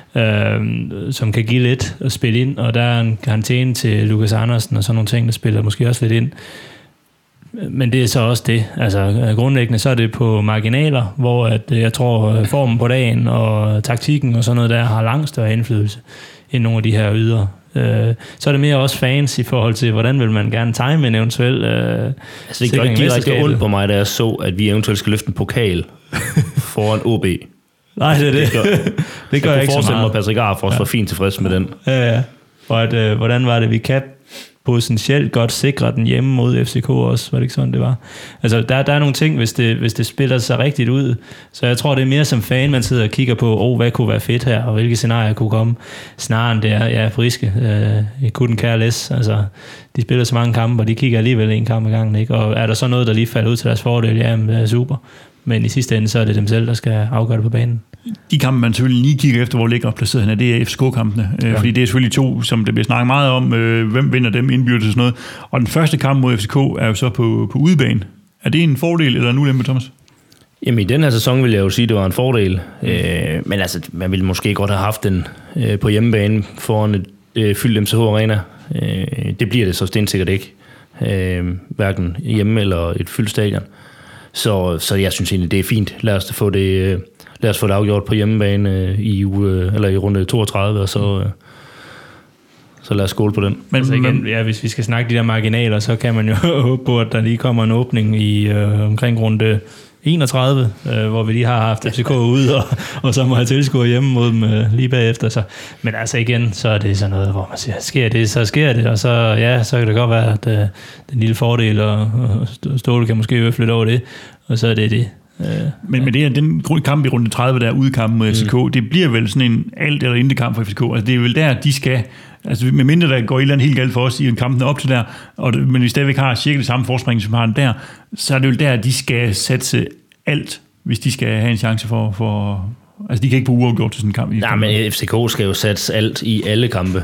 Som kan give lidt at spille ind, og der er en karantæne til Lukas Andersen og sådan nogle ting, der spiller måske også lidt ind. Men det er så også det. Altså grundlæggende så er det på marginaler, hvor at, jeg tror formen på dagen og taktikken og sådan noget der har langt større indflydelse end nogle af de her ydre. Så er det mere også fans i forhold til, hvordan vil man gerne time en eventuel altså det gør ikke direkte ondt på mig, da jeg så, at vi eventuelt skal løfte en pokal foran OB. Nej, det er det. Det gør jeg ikke så meget. Jeg kunne forestille mig, at Patrick Arfors var fint tilfreds med den. Ja. Og at, hvordan var det, vi kan potentielt godt sikre den hjemme mod FCK også, var det ikke sådan, det var? Altså, der er nogle ting, hvis det spiller sig rigtigt ud, så jeg tror, det er mere som fan, man sidder og kigger på, hvad kunne være fedt her, og hvilke scenarier kunne komme, snarere end det er, ja, friske, couldn't care less, altså, de spiller så mange kampe, og de kigger alligevel en kamp ad gangen, ikke? Og er der så noget, der lige falder ud til deres fordel, ja, det er super. Men i sidste ende, så er det dem selv, der skal afgøre det på banen. De kampe, man selvfølgelig lige kigger efter, hvor ligger placeret henne, det er FCK-kampene. Ja. Fordi det er selvfølgelig 2, som der bliver snakket meget om, hvem vinder dem indbyrdes og sådan noget. Og den første kamp mod FCK er jo så på udebane. Er det en fordel eller en ulempe, Thomas? Jamen i den her sæson vil jeg jo sige, at det var en fordel. Men altså, man ville måske godt have haft den på hjemmebane foran et fyldt MCH Arena. Det bliver det så stensikkert ikke. Hverken hjemme eller et fyldt stadion. Så jeg synes egentlig, det er fint. Lad os få det afgjort på hjemmebane i runde 32, og så lad os skåle på den. Men altså igen, hvis vi skal snakke de der marginaler, så kan man jo håbe på, at der lige kommer en åbning i omkring runde 31, hvor vi lige har haft FCK ude, og så må have tilskuere hjemme mod dem lige bagefter. Så. Men altså igen, så er det sådan noget, hvor man siger, sker det, så sker det, og så kan det godt være, at den lille fordel, og Ståle kan måske øfle lidt over det, og så er det. Men det er den kamp i runde 30, der er udkampen mod FCK, det bliver vel sådan en alt eller intet kamp for FCK. Altså det er vel der, de skal, altså med mindre der går et eller andet helt galt for os i en kampen op til der, men vi stadigvæk har cirka det samme forspring, som har den der, så er det vel der, de skal satse alt, hvis de skal have en chance for altså de kan ikke bruge uafgjort til sådan en kamp. Nej, men FCK skal jo satse alt i alle kampe.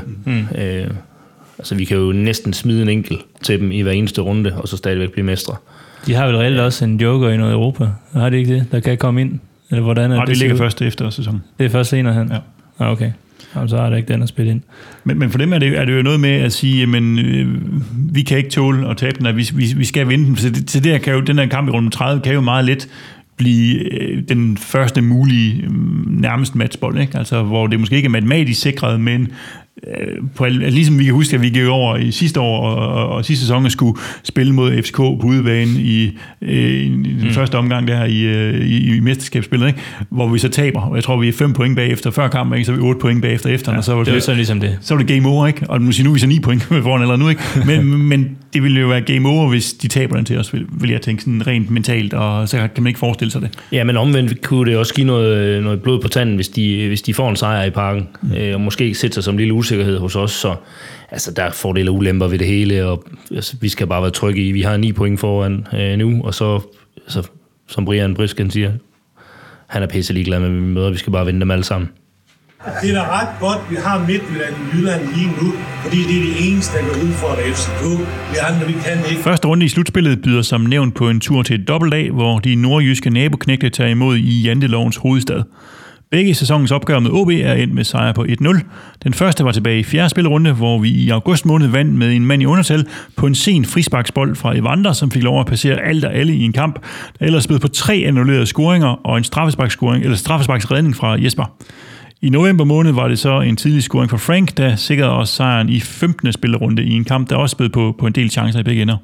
Altså vi kan jo næsten smide en enkelt til dem i hver eneste runde, og så stadigvæk blive mestre. De har vel reelt også en joker i noget Europa. Har de ikke det? Der kan komme ind? Eller hvordan er det ligger først efter sæsonen. Det er først senere hen? Ja. Okay. Så er der ikke den at spille ind. Men for dem er det jo noget med at sige, jamen, vi kan ikke tåle at tabe den, at vi skal vinde den. Så det kan jo, den her kamp i runde 30 kan jo meget let blive den første mulige nærmest matchbold, ikke? Altså, hvor det måske ikke er matematisk sikret, men ligesom vi kan huske, at vi gik over i sidste år og sidste sæson og skulle spille mod FCK på udebane i den første omgang der i mesterskabsspillet, ikke? Hvor vi så taber, og jeg tror, vi er 5 point bagefter før kampen, ikke? Så er vi 8 point bagefter efter, og så var det sådan ligesom det. Så var det game over, ikke? Og nu er vi så 9 point foran eller nu, ikke? Men det ville jo være game over, hvis de taber den til os, vil jeg tænke sådan rent mentalt, og så kan man ikke forestille sig det. Ja, men omvendt kunne det også give noget blod på tanden, hvis de får en sejr i parken, og måske sætte sig som en lille usikkerhed hos os, så altså, der er fordele og ulemper ved det hele, og altså, vi skal bare være trygge i, vi har 9 point foran nu, og så som Brian Brisken siger, han er pisse ligeglad med, vi møder, vi skal bare vinde dem alle sammen. Det er da ret godt, vi har Midtjylland i Jylland lige nu, fordi det er det eneste, der går ud for FCK. Vi andre, vi kan ikke. Første runde i slutspillet byder som nævnt på en tur til et dobbeltdag, hvor de nordjyske naboknægte tager imod i Jantelovens hovedstad. Begge sæsonens opgør med OB er endt med sejr på 1-0. Den første var tilbage i 4. spillerunde, hvor vi i august måned vandt med en mand i undertal på en sen frisparksbold fra Evander, som fik lov at passere alt og alle i en kamp, der ellers blev på 3 annullerede scoringer og en straffesparksredning fra Jesper. I november måned var det så en tidlig scoring fra Frank, der sikrede os sejren i 15. spillerunde i en kamp, der også spød på en del chancer i begge ender.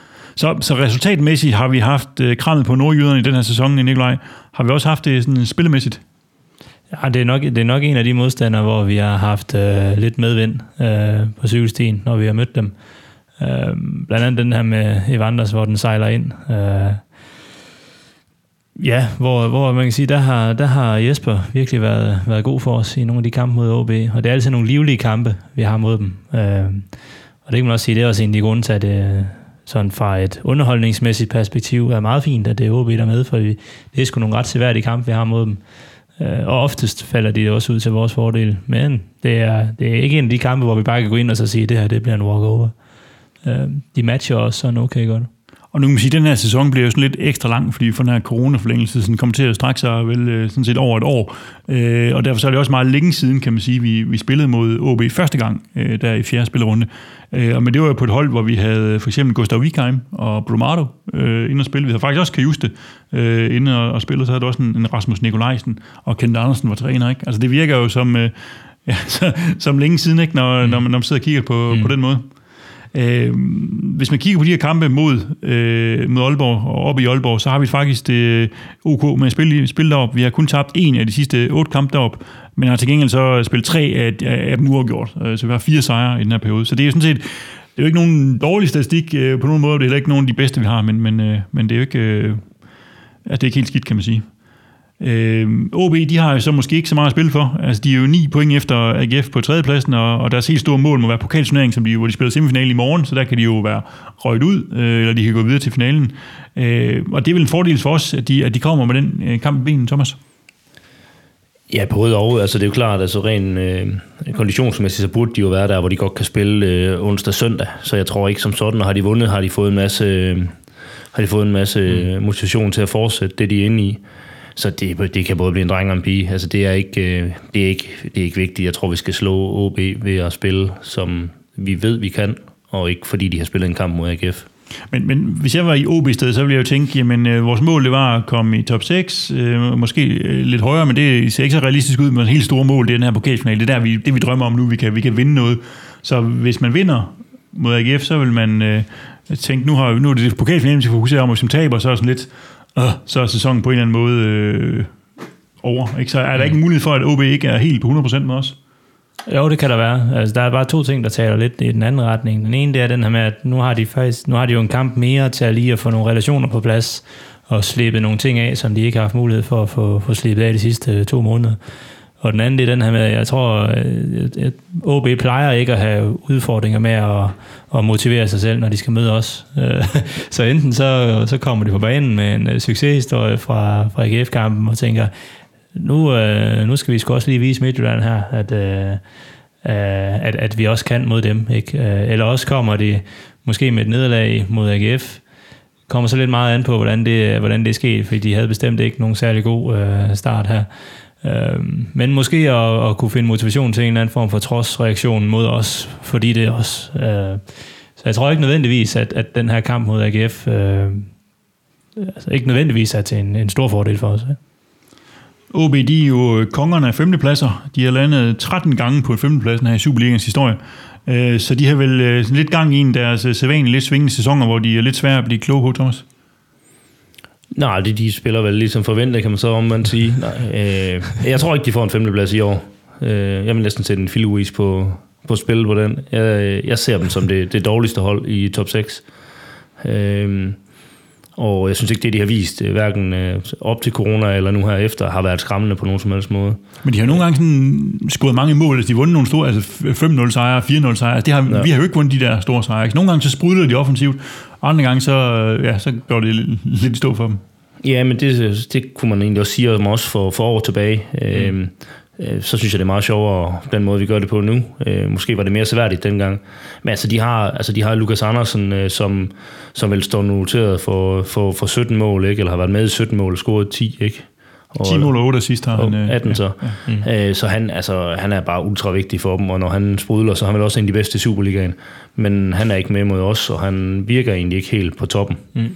Så resultatmæssigt har vi haft krammet på nordjyderne i den her sæson, Nikolaj. Har vi også haft det sådan spillemæssigt? Ja, det er nok en af de modstandere, hvor vi har haft lidt medvind på cykelstien, når vi har mødt dem. Blandt andet den her med Evanders, hvor den sejler ind. Ja, hvor man kan sige, der har Jesper virkelig været god for os i nogle af de kampe mod OB, og det er altid nogle livlige kampe, vi har mod dem. Og det kan man også sige, det er også en af de grunde til, at det sådan fra et underholdningsmæssigt perspektiv er meget fint, at det er OB der med, for det er sgu nogle ret seværdige kampe, vi har mod dem. Og oftest falder de også ud til vores fordel, men det er ikke en af de kampe, hvor vi bare kan gå ind og så sige, at det her det bliver en walkover. De matcher også sådan okay godt. Og nu kan man sige, at den her sæson bliver jo sådan lidt ekstra lang, fordi for den her coronaforlængelse sådan kommer til at strække sig vel sådan set over et år. Og derfor så er det også meget længe siden, kan man sige, vi spillede mod OB første gang, der i 4. spillerunde. Men det var jo på et hold, hvor vi havde for eksempel Gustav Wikheim og Brumado inde og spille. Vi havde faktisk også Kajuste inde og spille, så havde det også en Rasmus Nikolajsen, og Kent Andersen var træner, ikke? Altså det virker jo som længe siden, ikke? Når man sidder og kigger på den måde. Hvis man kigger på de her kampe mod Aalborg og oppe i Aalborg, så har vi faktisk OK med at spille derop. Vi har kun tabt 1 af de sidste 8 kampe derop, men har til gengæld så spillet 3 af dem uafgjort. Så vi har 4 sejre i den her periode. Så det er jo sådan set, det er jo ikke nogen dårlig statistik på nogen måde, det er heller ikke nogen af de bedste, vi har, men det er jo ikke, det er ikke helt skidt, kan man sige. OB, de har jo så måske ikke så meget at spille for. Altså, de er jo 9 point efter AGF på 3. pladsen, og deres helt store mål må være pokalturnering, hvor de spiller semifinale i morgen, så der kan de jo være røget ud, eller de kan gå videre til finalen. Og det er vel en fordel for os, at de kommer med den kamp i benen, Thomas? Ja, både og. Altså, det er jo klart, altså rent konditionsmæssigt, så burde de jo være der, hvor de godt kan spille onsdag-søndag. Så jeg tror ikke som sådan, og har de vundet, har de fået en masse har de fået en masse motivation til at fortsætte det, de er inde i. Så det kan både blive en dreng og en pige. Altså, det er ikke vigtigt. Jeg tror, vi skal slå OB ved at spille, som vi ved, vi kan, og ikke fordi de har spillet en kamp mod AGF. Men hvis jeg var i OB-stedet, så ville jeg jo tænke, jamen vores mål, det var at komme i top 6, måske lidt højere, men det ser ikke så realistisk ud, men helt store mål, det er den her pokalfinale. Det er der, det vi drømmer om nu, vi kan vinde noget. Så hvis man vinder mod AGF, så vil man tænke, nu er det pokalfinale, vi skal fokusere om, og hvis man taber, så er sådan lidt, så er sæsonen på en eller anden måde over. Ikke? Så er der ikke en mulighed for, at OB ikke er helt på 100% med os? Jo, det kan der være. Altså, der er bare 2 ting, der taler lidt i den anden retning. Den ene, det er den her med, at nu har de jo en kamp mere til at lige at få nogle relationer på plads og slippe nogle ting af, som de ikke har haft mulighed for at få slippet af de sidste 2 måneder. Og den anden, det er den her med, at jeg tror, at OB plejer ikke at have udfordringer med at motivere sig selv, når de skal møde os. Så enten så kommer de på banen med en succeshistorie fra AGF-kampen og tænker, nu skal vi sgu også lige vise Midtjylland her, at vi også kan mod dem. Ikke? Eller også kommer de måske med et nederlag mod AGF. Kommer så lidt meget an på, hvordan det er sket, fordi de havde bestemt ikke nogen særlig god start her. Men måske at kunne finde motivation til en eller anden form for trodsreaktion mod os, fordi det er os. Så jeg tror ikke nødvendigvis, at den her kamp mod AGF altså ikke nødvendigvis er til en stor fordel for os. OB, de er jo kongerne af 5. pladser. De har landet 13 gange på 5. pladsen her i Superligaens historie. Så de har vel lidt gang i en deres sædvanlige lidt svingende sæsoner, hvor de er lidt svære at blive kloge på, Thomas? Nej, de spiller vel ligesom forventet, kan man så omvendt sige. Jeg tror ikke, de får en 5. plads i år. Jeg vil næsten sætte en fillouis på spil på den. Jeg ser dem som det dårligste hold i top 6. Og jeg synes ikke, det de har vist, hverken op til corona eller nu her efter, har været skræmmende på nogen som helst måde. Men de har nogle gange sådan scoret mange mål, altså de har vundet nogle store, altså 5-0 sejre, 4-0 sejre. Vi har jo ikke vundet de der store sejre. Nogle gange så sprudler de offensivt, andre gange så går det lidt stå for dem. Ja, men det kunne man egentlig også sige om os for år tilbage. Så synes jeg, det er meget sjovere, den måde, vi gør det på nu. Måske var det mere seværdigt dengang. Men altså, de har Lukas Andersen, som vel står noteret for 17 mål, ikke? Eller har været med i 17 mål og scoret 10, ikke? 10 mål og 8 sidst har han. 18 så. Ja. Så han er bare ultra vigtig for dem, og når han sprudler, så er han vel også en af de bedste i Superligaen. Men han er ikke med mod os, og han virker egentlig ikke helt på toppen.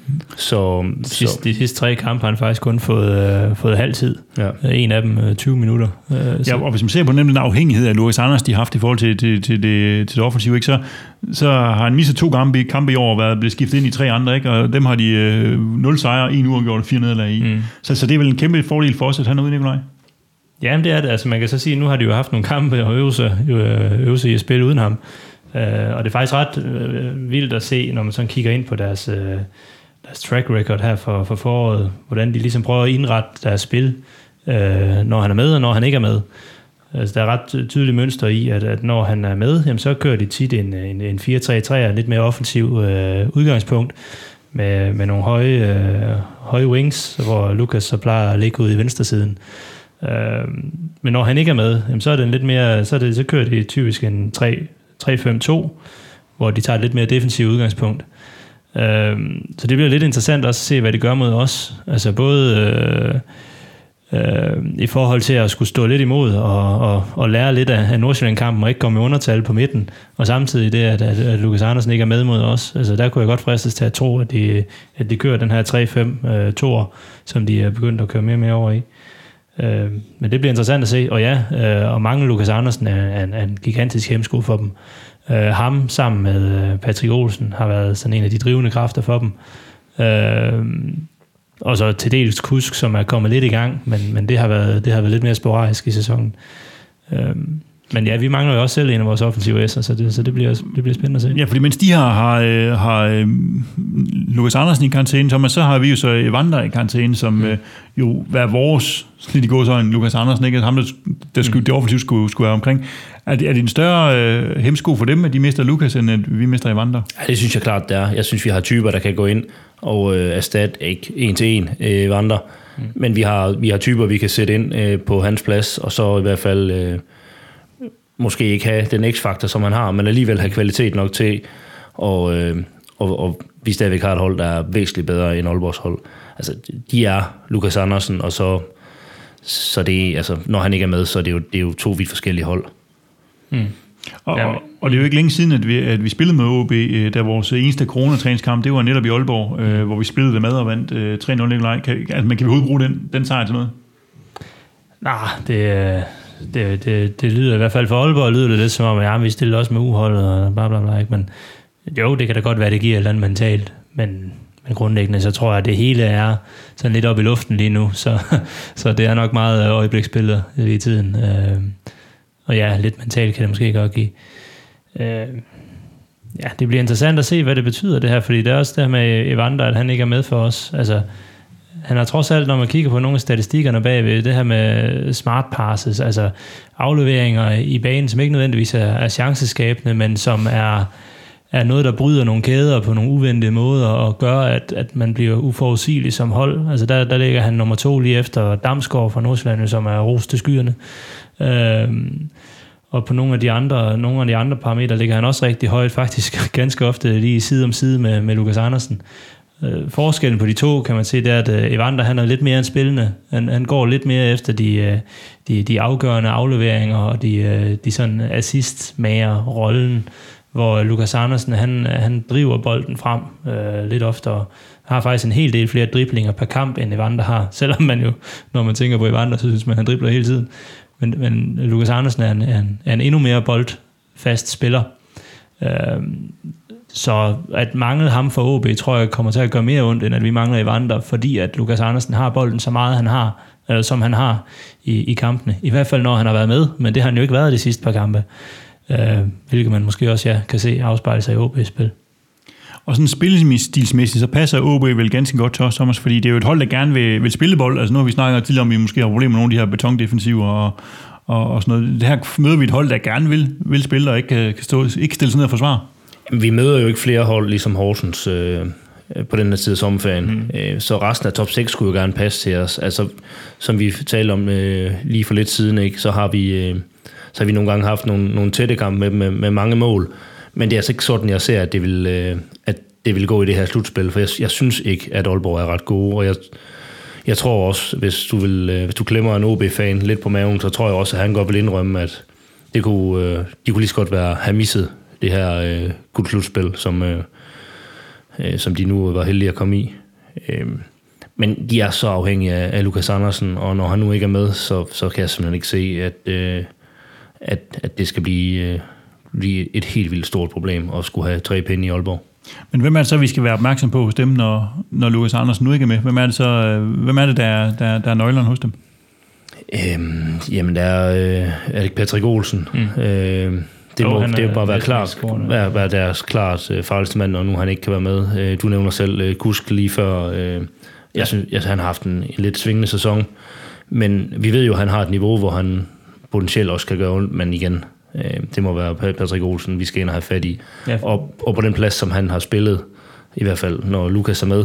De sidste 3 kampe har han faktisk kun fået halvtid. Ja. En af dem 20 minutter. Og hvis man ser på den afhængighed af Lukas Anders, de har haft i forhold til det offensive, ikke? Så har han misset 2 kampe i år og blevet skiftet ind i 3 andre, ikke? Og dem har de 0 sejre, 1 uafgjort og 4 nederlag i. Så det er vel en kæmpe fordel for os, at han er ude, Nikolaj? Jamen det er det. Altså man kan så sige, at nu har de jo haft nogle kampe og øve sig i at spille uden ham. Og det er faktisk ret vildt at se, når man sådan kigger ind på deres track record her for foråret, hvordan de ligesom prøver at indrette deres spil, når han er med og når han ikke er med. Altså, der er ret tydeligt mønster i, at når han er med, jamen, så kører de tit en 4-3-3, lidt mere offensiv udgangspunkt, med nogle høje wings, hvor Lukas så plejer at ligge ude i venstresiden. Men når han ikke er med, jamen, så er det lidt mere, så kører de typisk en 3-5-2, hvor de tager et lidt mere defensivt udgangspunkt. Så det bliver lidt interessant også at se, hvad de gør mod os. Altså både i forhold til at skulle stå lidt imod og lære lidt af Nordsjælland-kampen og ikke komme i undertal på midten, og samtidig det, at Lukas Andersen ikke er med mod os. Altså der kunne jeg godt fristes til at tro, at de kører den her 3-5-2'er, som de er begyndt at køre mere og mere over i. Men det bliver interessant at se, og og mange Lukas Andersen er en gigantisk hemsko for dem. Ham sammen med Patrick Olsen har været sådan en af de drivende kræfter for dem. Og så til dels Kusk, som er kommet lidt i gang, men det har været lidt mere sporadisk i sæsonen. Men ja, vi mangler jo også selv en af vores offensive S'er, så det bliver spændende at se. Ja, fordi mens de har Lukas Andersen i karantæne, så har vi jo så Evander i karantæne, som jo er vores, lidt i går så en Lukas Andersen, ikke? Ham, det offensivt skulle være omkring. Er det en større hemsko for dem, at de mister Lukas, end at vi mister Evander? Ja, det synes jeg klart, det er. Jeg synes, vi har typer, der kan gå ind og erstatte ikke en til en Evander. Men vi har typer, vi kan sætte ind på hans plads, og så i hvert fald måske ikke have den x-faktor, som han har, men alligevel have kvalitet nok til og vi stadigvæk har et hold, der er væsentligt bedre end Aalborgs hold. Altså, de er Lukas Andersen, og så det, altså, når han ikke er med, så er det jo 2 vidt forskellige hold. Og det er jo ikke længe siden, at vi spillede med OB, da vores eneste coronatræningskamp, det var netop i Aalborg, hvor vi spillede det med og vandt 3-0 Nikolaj. Kan vi overhovedet bruge den sejr til noget? Nej, det lyder i hvert fald for Aalborg, lyder det lidt som om, ja, vi stillede også med uholdet og bla bla bla, ikke? Men jo, det kan da godt være, det giver et eller andet mentalt, men grundlæggende, så tror jeg, at det hele er sådan lidt op i luften lige nu, så det er nok meget øjebliksbilleder i tiden. Og ja, lidt mentalt kan det måske godt give. Ja, det bliver interessant at se, hvad det betyder det her, fordi det er også det her med Evander, at han ikke er med for os. Altså, han har trods alt, når man kigger på nogle af statistikkerne bagved, det her med smart passes, altså afleveringer i banen, som ikke nødvendigvis er chanceskabende, men som er noget, der bryder nogle kæder på nogle uventede måder og gør, at man bliver uforudsigelig som hold. Altså der ligger han nummer 2 lige efter Damsgaard fra Nordsjælland, som er rost til skyerne. Og på nogle af de andre parametre ligger han også rigtig højt, faktisk ganske ofte lige side om side med Lukas Andersen. Forskellen på de to, kan man se, det er, at Evander, han er lidt mere end spillende. Han går lidt mere efter de afgørende afleveringer og de sådan assist-mager-rollen, hvor Lukas Andersen, han driver bolden frem lidt oftere. Har faktisk en hel del flere driblinger per kamp, end Evander har. Selvom man jo, når man tænker på Evander, så synes man, han dribler hele tiden. Men Lukas Andersen er en endnu mere boldfast spiller. Så at mangle ham for OB, tror jeg, kommer til at gøre mere ondt, end at vi mangler Evander, fordi at Lukas Andersen har bolden så meget, som han har i kampene. I hvert fald, når han har været med, men det har han jo ikke været de sidste par kampe. Hvilket man måske også kan se afspejle sig i OB-spil. Og sådan spilstilsmæssigt, så passer OB vel ganske godt til os, Thomas, fordi det er jo et hold, der gerne vil spille bold. Altså nu har vi snakket tidligere om, at vi måske har problemer med nogle af de her betondefensiver og sådan noget. Det her møder vi et hold, der gerne vil spille og ikke stille sig ned og forsvare. Vi møder jo ikke flere hold, ligesom Horsens, på den her tid af sommerferien. Så resten af top 6 skulle jo gerne passe til os. Altså, som vi talte om lige for lidt siden, ikke, så har vi nogle gange haft nogle tætte kampe med mange mål. Men det er altså ikke sådan, jeg ser, at det vil gå i det her slutspil. For jeg synes ikke, at Aalborg er ret gode. Og jeg tror også, hvis du klemmer en OB-fan lidt på maven, så tror jeg også, at han godt vil indrømme, at de kunne lige så godt have misset det her guldslutspil, som de nu var heldige at komme i. Men de er så afhængige af Lukas Andersen, og når han nu ikke er med, så kan jeg simpelthen ikke se, at det skal blive et helt vildt stort problem at skulle have 3 pinde i Aalborg. Men hvem er det så, vi skal være opmærksom på hos dem, når Lukas Andersen nu ikke er med? Hvem er det, der er nøglerne hos dem? Jamen, der er ikke Patrick Olsen. Det må bare være deres klart farligste mand, og nu han ikke kan være med. Du nævner selv Kusk lige før. Jeg synes, han har haft en lidt svingende sæson, men vi ved jo, at han har et niveau, hvor han potentielt også kan gøre ondt, men igen, det må være Patrick Olsen, vi skal ind og have fat i. Ja. Og på den plads, som han har spillet, i hvert fald når Lukas er med,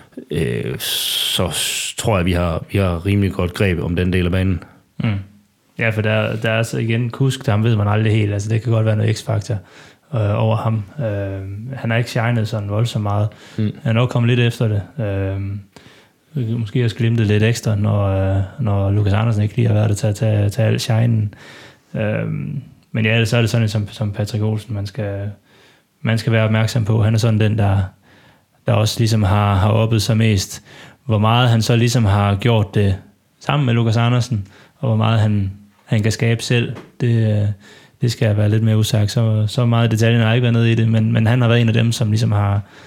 så tror jeg, vi har rimelig godt greb om den del af banen. Mm. Ja, for der er altså igen Kusk, der ved man aldrig helt. Altså, det kan godt være noget x-faktor over ham. Han har ikke shined sådan voldsomt meget. Han er nok kommet lidt efter det. Måske også glimtet lidt ekstra, når Lukas Andersen ikke lige har været der til at tage al shinen. Men ja, så er det sådan som Patrick Olsen, man skal være opmærksom på. Han er sådan den, der også ligesom har oppet sig mest. Hvor meget han så ligesom har gjort det sammen med Lukas Andersen, og hvor meget han kan skabe selv, det skal jeg være lidt mere usagt. Så meget detaljen har ikke været nede i det, men han har været en af dem, som ligesom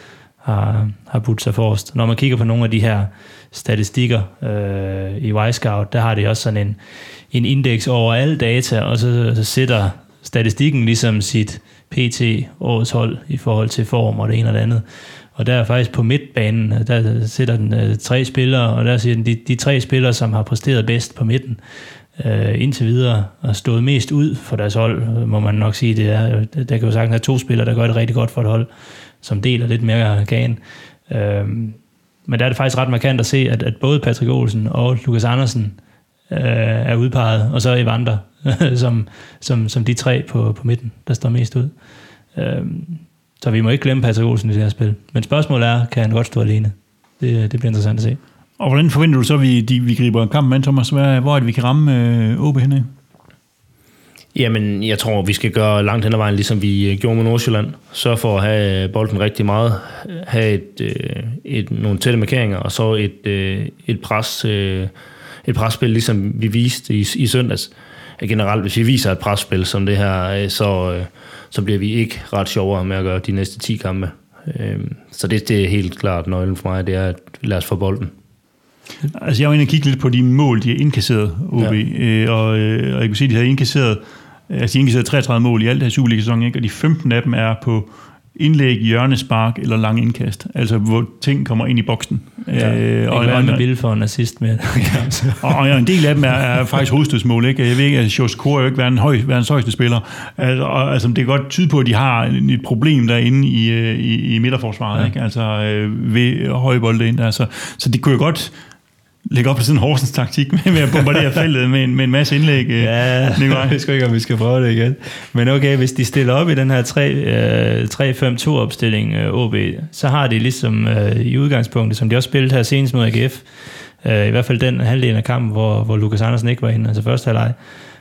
har budt sig forrest. Når man kigger på nogle af de her statistikker i Y-Scout, der har de også sådan en indeks over alle data, og så sætter statistikken ligesom sit PT årets hold i forhold til form og det ene og det andet. Og der er faktisk på midtbanen, der sætter den 3 spillere, og der siger den, de 3 spillere, som har præsteret bedst på midten indtil videre, og stået mest ud for deres hold, må man nok sige. Der kan jo sagtens have 2 spillere, der gør det rigtig godt for et hold, som deler lidt mere kagen. Men der er det faktisk ret markant at se, at både Patrick Olsen og Lukas Andersen er udpeget, og så Evander, som de 3 på midten, der står mest ud. Så vi må ikke glemme Patrick Olsen i det her spil. Men spørgsmålet er, kan han godt stå alene? Det bliver interessant at se. Og hvordan forventer du så, at vi griber kampen an, Thomas? Hvor er det, vi kan ramme OB henne? Jamen, jeg tror, vi skal gøre langt hen ad vejen, ligesom vi gjorde med Nordsjælland. Sørg for at have bolden rigtig meget. Have nogle tætte markeringer, og så et presspil, ligesom vi viste i søndags. Generelt, hvis vi viser et presspil som det her, så bliver vi ikke ret sjovere med at gøre de næste 10 kampe. Så det er helt klart nøglen for mig, det er at lade os få bolden. Altså jeg var inde og kigge lidt på de mål, de har indkasseret, OB, og jeg kan se, at de har indkasseret 33 mål i alt her Superliga-sæson, ikke? Og de 15 af dem er på indlæg, hjørnespark eller lang indkast, altså hvor ting kommer ind i boksen. Og med Bill for en assist med. og en del af dem er faktisk hovedstødsmål, ikke? Jeg ved ikke, at Sjors Kåre er jo ikke verdens højeste spiller. Altså det kan godt tyde på, at de har et problem derinde i midterforsvaret, ikke? Altså ved høje bolde ind der. Så det kunne jo godt lægge op på sådan en Horsens taktik med at bombardere feltet med en masse indlæg. Ja, jeg skal ikke, om vi skal prøve det igen. Men okay, hvis de stiller op i den her 3-5-2-opstilling OB, så har de ligesom i udgangspunktet, som de også spillede her senest mod AGF, i hvert fald den halvdel af kampen, hvor Lukas Andersen ikke var inde, altså første halvleg.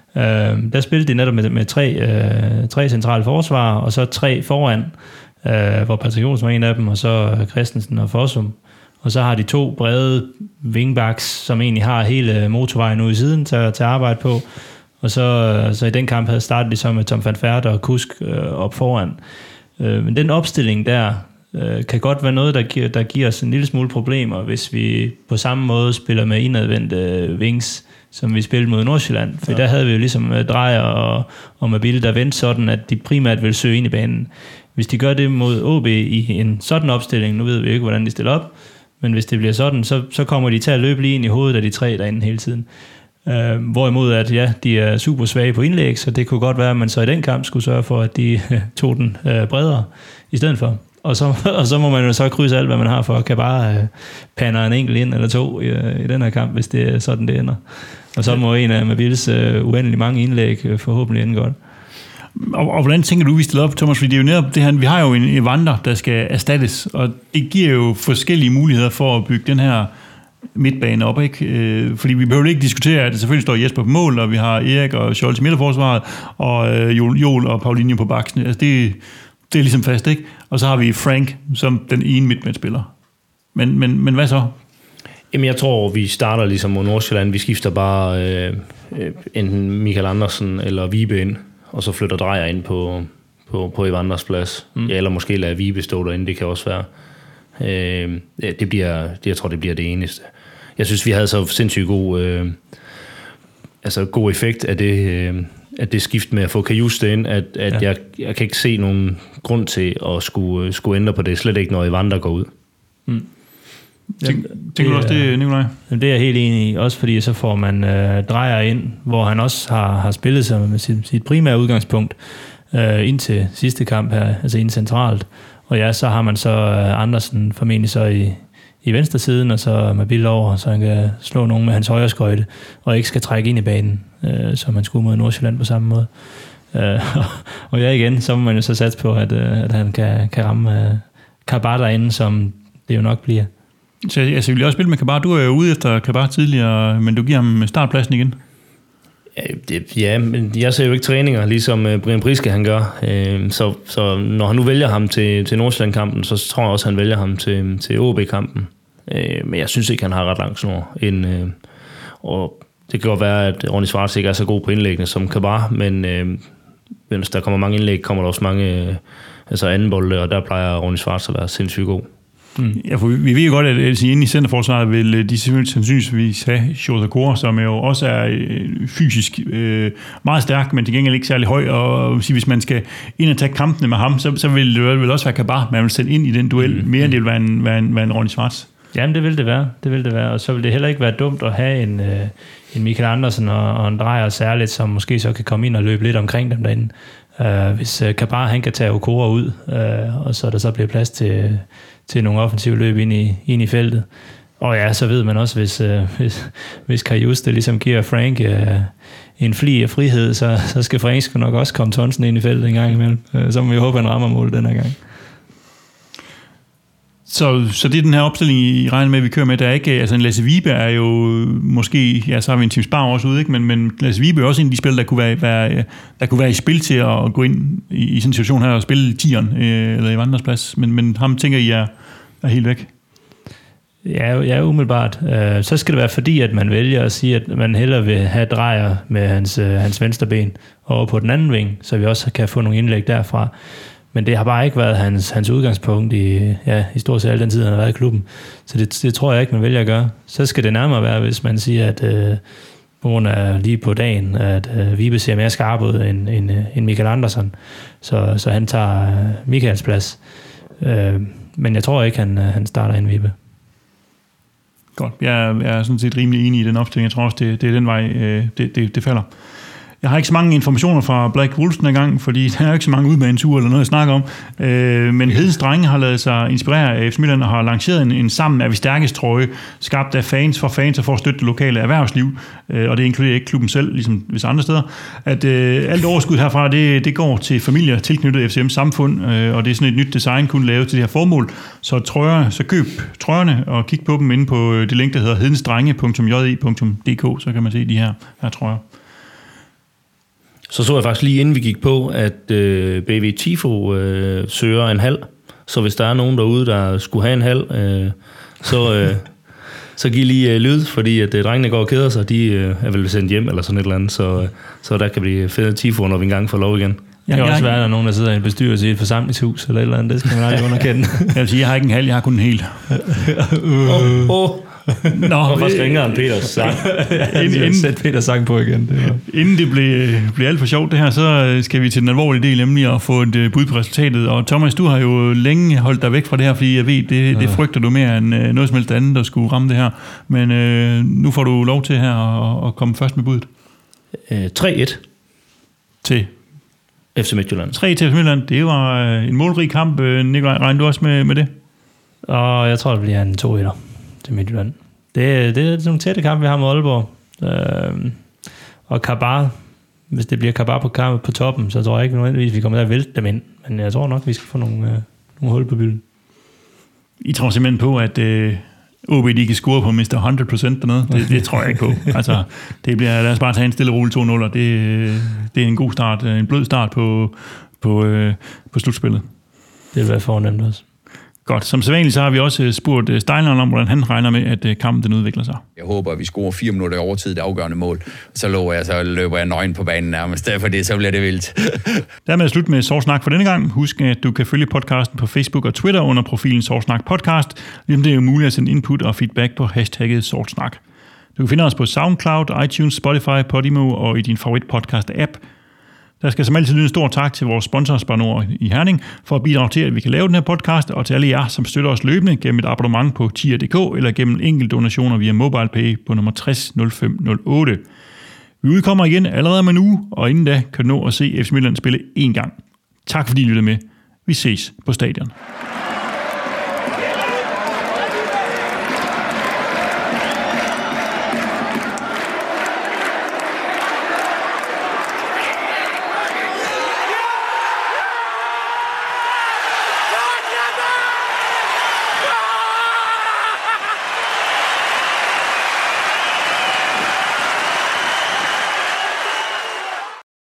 Der spillede de netop med tre centrale forsvarer, og så 3 foran, hvor Patrick Olsen var en af dem, og så Christensen og Fossum. Og så har de 2 brede wingbacks, som egentlig har hele motorvejen ude i siden til at arbejde på. Og så i den kamp havde startet de så med Tom van Fert og Kusk op foran. Men den opstilling der kan godt være noget, der giver os en lille smule problemer, hvis vi på samme måde spiller med indadvendte wings, som vi spillede mod Nordsjælland. For der havde vi jo ligesom Drejer og Mabille, der vendte sådan, at de primært ville søge ind i banen. Hvis de gør det mod OB i en sådan opstilling, nu ved vi ikke, hvordan de stiller op, men hvis det bliver sådan, så kommer de til at løbe lige ind i hovedet af de 3 derinde hele tiden. Hvorimod at de er super svage på indlæg, så det kunne godt være, at man så i den kamp skulle sørge for, at de tog den bredere i stedet for. Og så må man jo så krydse alt, hvad man har for, kan bare pander en enkelt ind eller 2 i den her kamp, hvis det er sådan, det ender. Og så må en af Mabils uendelig mange indlæg forhåbentlig ende godt. Og hvordan tænker du, vi stiller op, Thomas? Fordi det er jo netop det her, vi har jo en Evander, der skal erstattes, og det giver jo forskellige muligheder for at bygge den her midtbane op, ikke? Fordi vi behøver ikke diskutere, at det selvfølgelig står Jesper på mål, og vi har Erik og Scholz i midterforsvaret, og Joel og Paulinho på baksen. Altså det er ligesom fast, ikke? Og så har vi Frank som den ene midtbanespiller. Men hvad så? Jamen jeg tror, vi starter ligesom mod Nordsjælland. Vi skifter bare enten Michael Andersen eller Vibe ind, og så flytter Drejer ind på Evanders plads. Ja, eller måske lader Vibe stå derinde, det kan også være. Jeg tror, det bliver det eneste. Jeg synes, vi havde så sindssygt god effekt af det skift med at få Kajuste ind, at jeg kan ikke se nogen grund til at skulle ændre på det. Slet ikke, når Evander går ud. Tænker du også det, Nikolaj? Det er jeg helt enig i. Også fordi så får man Drejer ind, hvor han også har spillet sig med sit primære udgangspunkt indtil sidste kamp her, altså ind centralt. Og ja, så har man så Andersen formentlig så i venstre siden, og så Mabille over, så han kan slå nogen med hans højre skøjte, og ikke skal trække ind i banen, som man skulle mod Nordsjælland på samme måde. Og ja, igen, så må man jo så satse på, at han kan ramme Kabar derinde, som det jo nok bliver. Så jeg vil også spille med Kabar. Du er jo ude efter Kabar tidligere, men du giver ham startpladsen igen. Ja, men jeg ser jo ikke træninger, ligesom Brian Priske han gør. Så når han nu vælger ham til Nordsjælland-kampen, så tror jeg også, han vælger ham til OB-kampen. Men jeg synes ikke, han har ret lang snor. Og det kan godt være, at Ronny Schwartz ikke er så god på indlæggene som Kabar, men hvis der kommer mange indlæg, kommer der også mange anden bolde, og der plejer Ronny Schwartz at være sindssygt god. Ja, for vi ved jo godt, at inde i centerforsvaret vil de sandsynligvis have Sjota Kåre, som jo også er fysisk meget stærk, men til gengæld ikke særlig høj, og hvis man skal ind og tage kampene med ham, så vil det vel også være Kabar, man vil sætte ind i den duel, mere end det vil være en Ronny Schwartz. Jamen, det vil det være, og så vil det heller ikke være dumt at have en Michael Andersen og en Drejer særligt, som måske så kan komme ind og løbe lidt omkring dem derinde. Hvis Kabar, han kan tage Okora ud, og så der så bliver plads til nogle offensive løb ind i feltet. Og ja, så ved man også, hvis Kajuste ligesom giver Frank en fli af frihed, så skal Frank nok også komme tonsen ind i feltet en gang imellem. Så må vi håbe, han rammer mål den her gang. Så det er den her opstilling, I regner med, at vi kører med. Der er ikke, altså en Lasse Vibe er jo måske, ja, så har vi en Tim Spar også ude, ikke? Men Lasse Vibe er også en af de spillere, der kunne være i spil til at gå ind i sådan en situation her og spille 10'eren eller i Vanders plads. Men ham tænker I er helt væk? Ja, umiddelbart. Så skal det være fordi, at man vælger at sige, at man hellere vil have drejer med hans venstre ben over på den anden ving, så vi også kan få nogle indlæg derfra. Men det har bare ikke været hans udgangspunkt i stort set al den tid, han har været i klubben. Så det tror jeg ikke, man vælger at gøre. Så skal det nærmere være, hvis man siger, at på grund af lige på dagen, at Vibe ser mere skarp ud end Michael Andersen. Så han tager Michaels plads. Men jeg tror ikke, han starter en Vibe. Godt. Jeg er sådan set rimelig enig i den opstilling. Jeg tror også, det er den vej, det falder. Jeg har ikke så mange informationer fra Black Wolves den gang, fordi der er ikke så mange udbaneture eller noget at snakke om. Men Hedens Drenge har lavet sig inspirere af FC Midtjylland og har lanceret en Sammen er vi stærkest trøje, skabt af fans og for at støtte det lokale erhvervsliv. Og det inkluderer ikke klubben selv, ligesom hvis andre steder. At alt overskud herfra, det går til familier tilknyttet FCM Samfund, og det er sådan et nyt design, kun lavet til det her formål. Så køb trøjerne og kig på dem inde på det link, der hedder hedensdrenge.je.dk, så kan man se de her trøjer. Så jeg faktisk lige inden vi gik på, at BV Tifo søger en halv. Så hvis der er nogen derude, der skulle have en halv, så giv lige lyd, fordi at drengene går og keder sig. De er vel sendt hjem eller sådan et eller andet, så der kan blive fedt Tifo, når vi engang får lov igen. Det kan også være, at der er nogen, der sidder i en bestyrelse i et forsamlingshus eller et eller andet. Det skal man aldrig underkende. Jeg vil sige, jeg har ikke en halv, jeg har kun en hel. Nå, først ringer han Peters sang. Inden sæt Peters sang på igen. Inden det blev alt for sjovt det her, så skal vi til den alvorlige del, nemlig at få et bud på resultatet. Og Thomas, du har jo længe holdt dig væk fra det her, fordi jeg ved, det frygter du mere end noget som helst andet, der skulle ramme det her. Men nu får du lov til her at komme først med budet. 3-1 til FC Midtjylland. 3 til FC Midtjylland. Det var en målrig kamp. Nikolaj, regner du også med det? Og jeg tror, det bliver en 2-1'er til Midtjylland. Det er sådan nogle tætte kampe, vi har med Aalborg. Og Kabar, hvis det bliver Kabar på toppen, så tror jeg ikke nødvendigvis, vi kommer til at vælte dem ind. Men jeg tror nok, vi skal få nogle hul på bylden. I tror simpelthen på, at OB de kan score på Mr. 100% dernede. Det tror jeg ikke på. Altså, det bliver, lad os bare tage en stille rolig 2-0, og det er en god start, en blød start på slutspillet. Det vil være fornemt også. Godt. Som sædvanligt, så har vi også spurgt Steinland om, hvordan han regner med, at kampen den udvikler sig. Jeg håber, at vi scorer 4 minutter i overtid, det afgørende mål. Så løber jeg nøgen på banen nærmest. Fordi så bliver det vildt. Dermed er slut med Sovsnak for denne gang. Husk, at du kan følge podcasten på Facebook og Twitter under profilen Sovsnak Podcast. Ligesom det er jo muligt at sende input og feedback på hashtagget Sovsnak. Du kan finde os på SoundCloud, iTunes, Spotify, Podimo og i din favorit podcast-app. Der skal som altid lyde en stor tak til vores sponsor Spar Nord i Herning for at bidrage til, at vi kan lave den her podcast, og til alle jer, som støtter os løbende gennem et abonnement på tier.dk eller gennem enkelte donationer via MobilePay på nummer 600508. Vi udkommer igen allerede om en uge, og inden da kan du nå at se FC Midtjylland spille én gang. Tak fordi I lyttede med. Vi ses på stadion.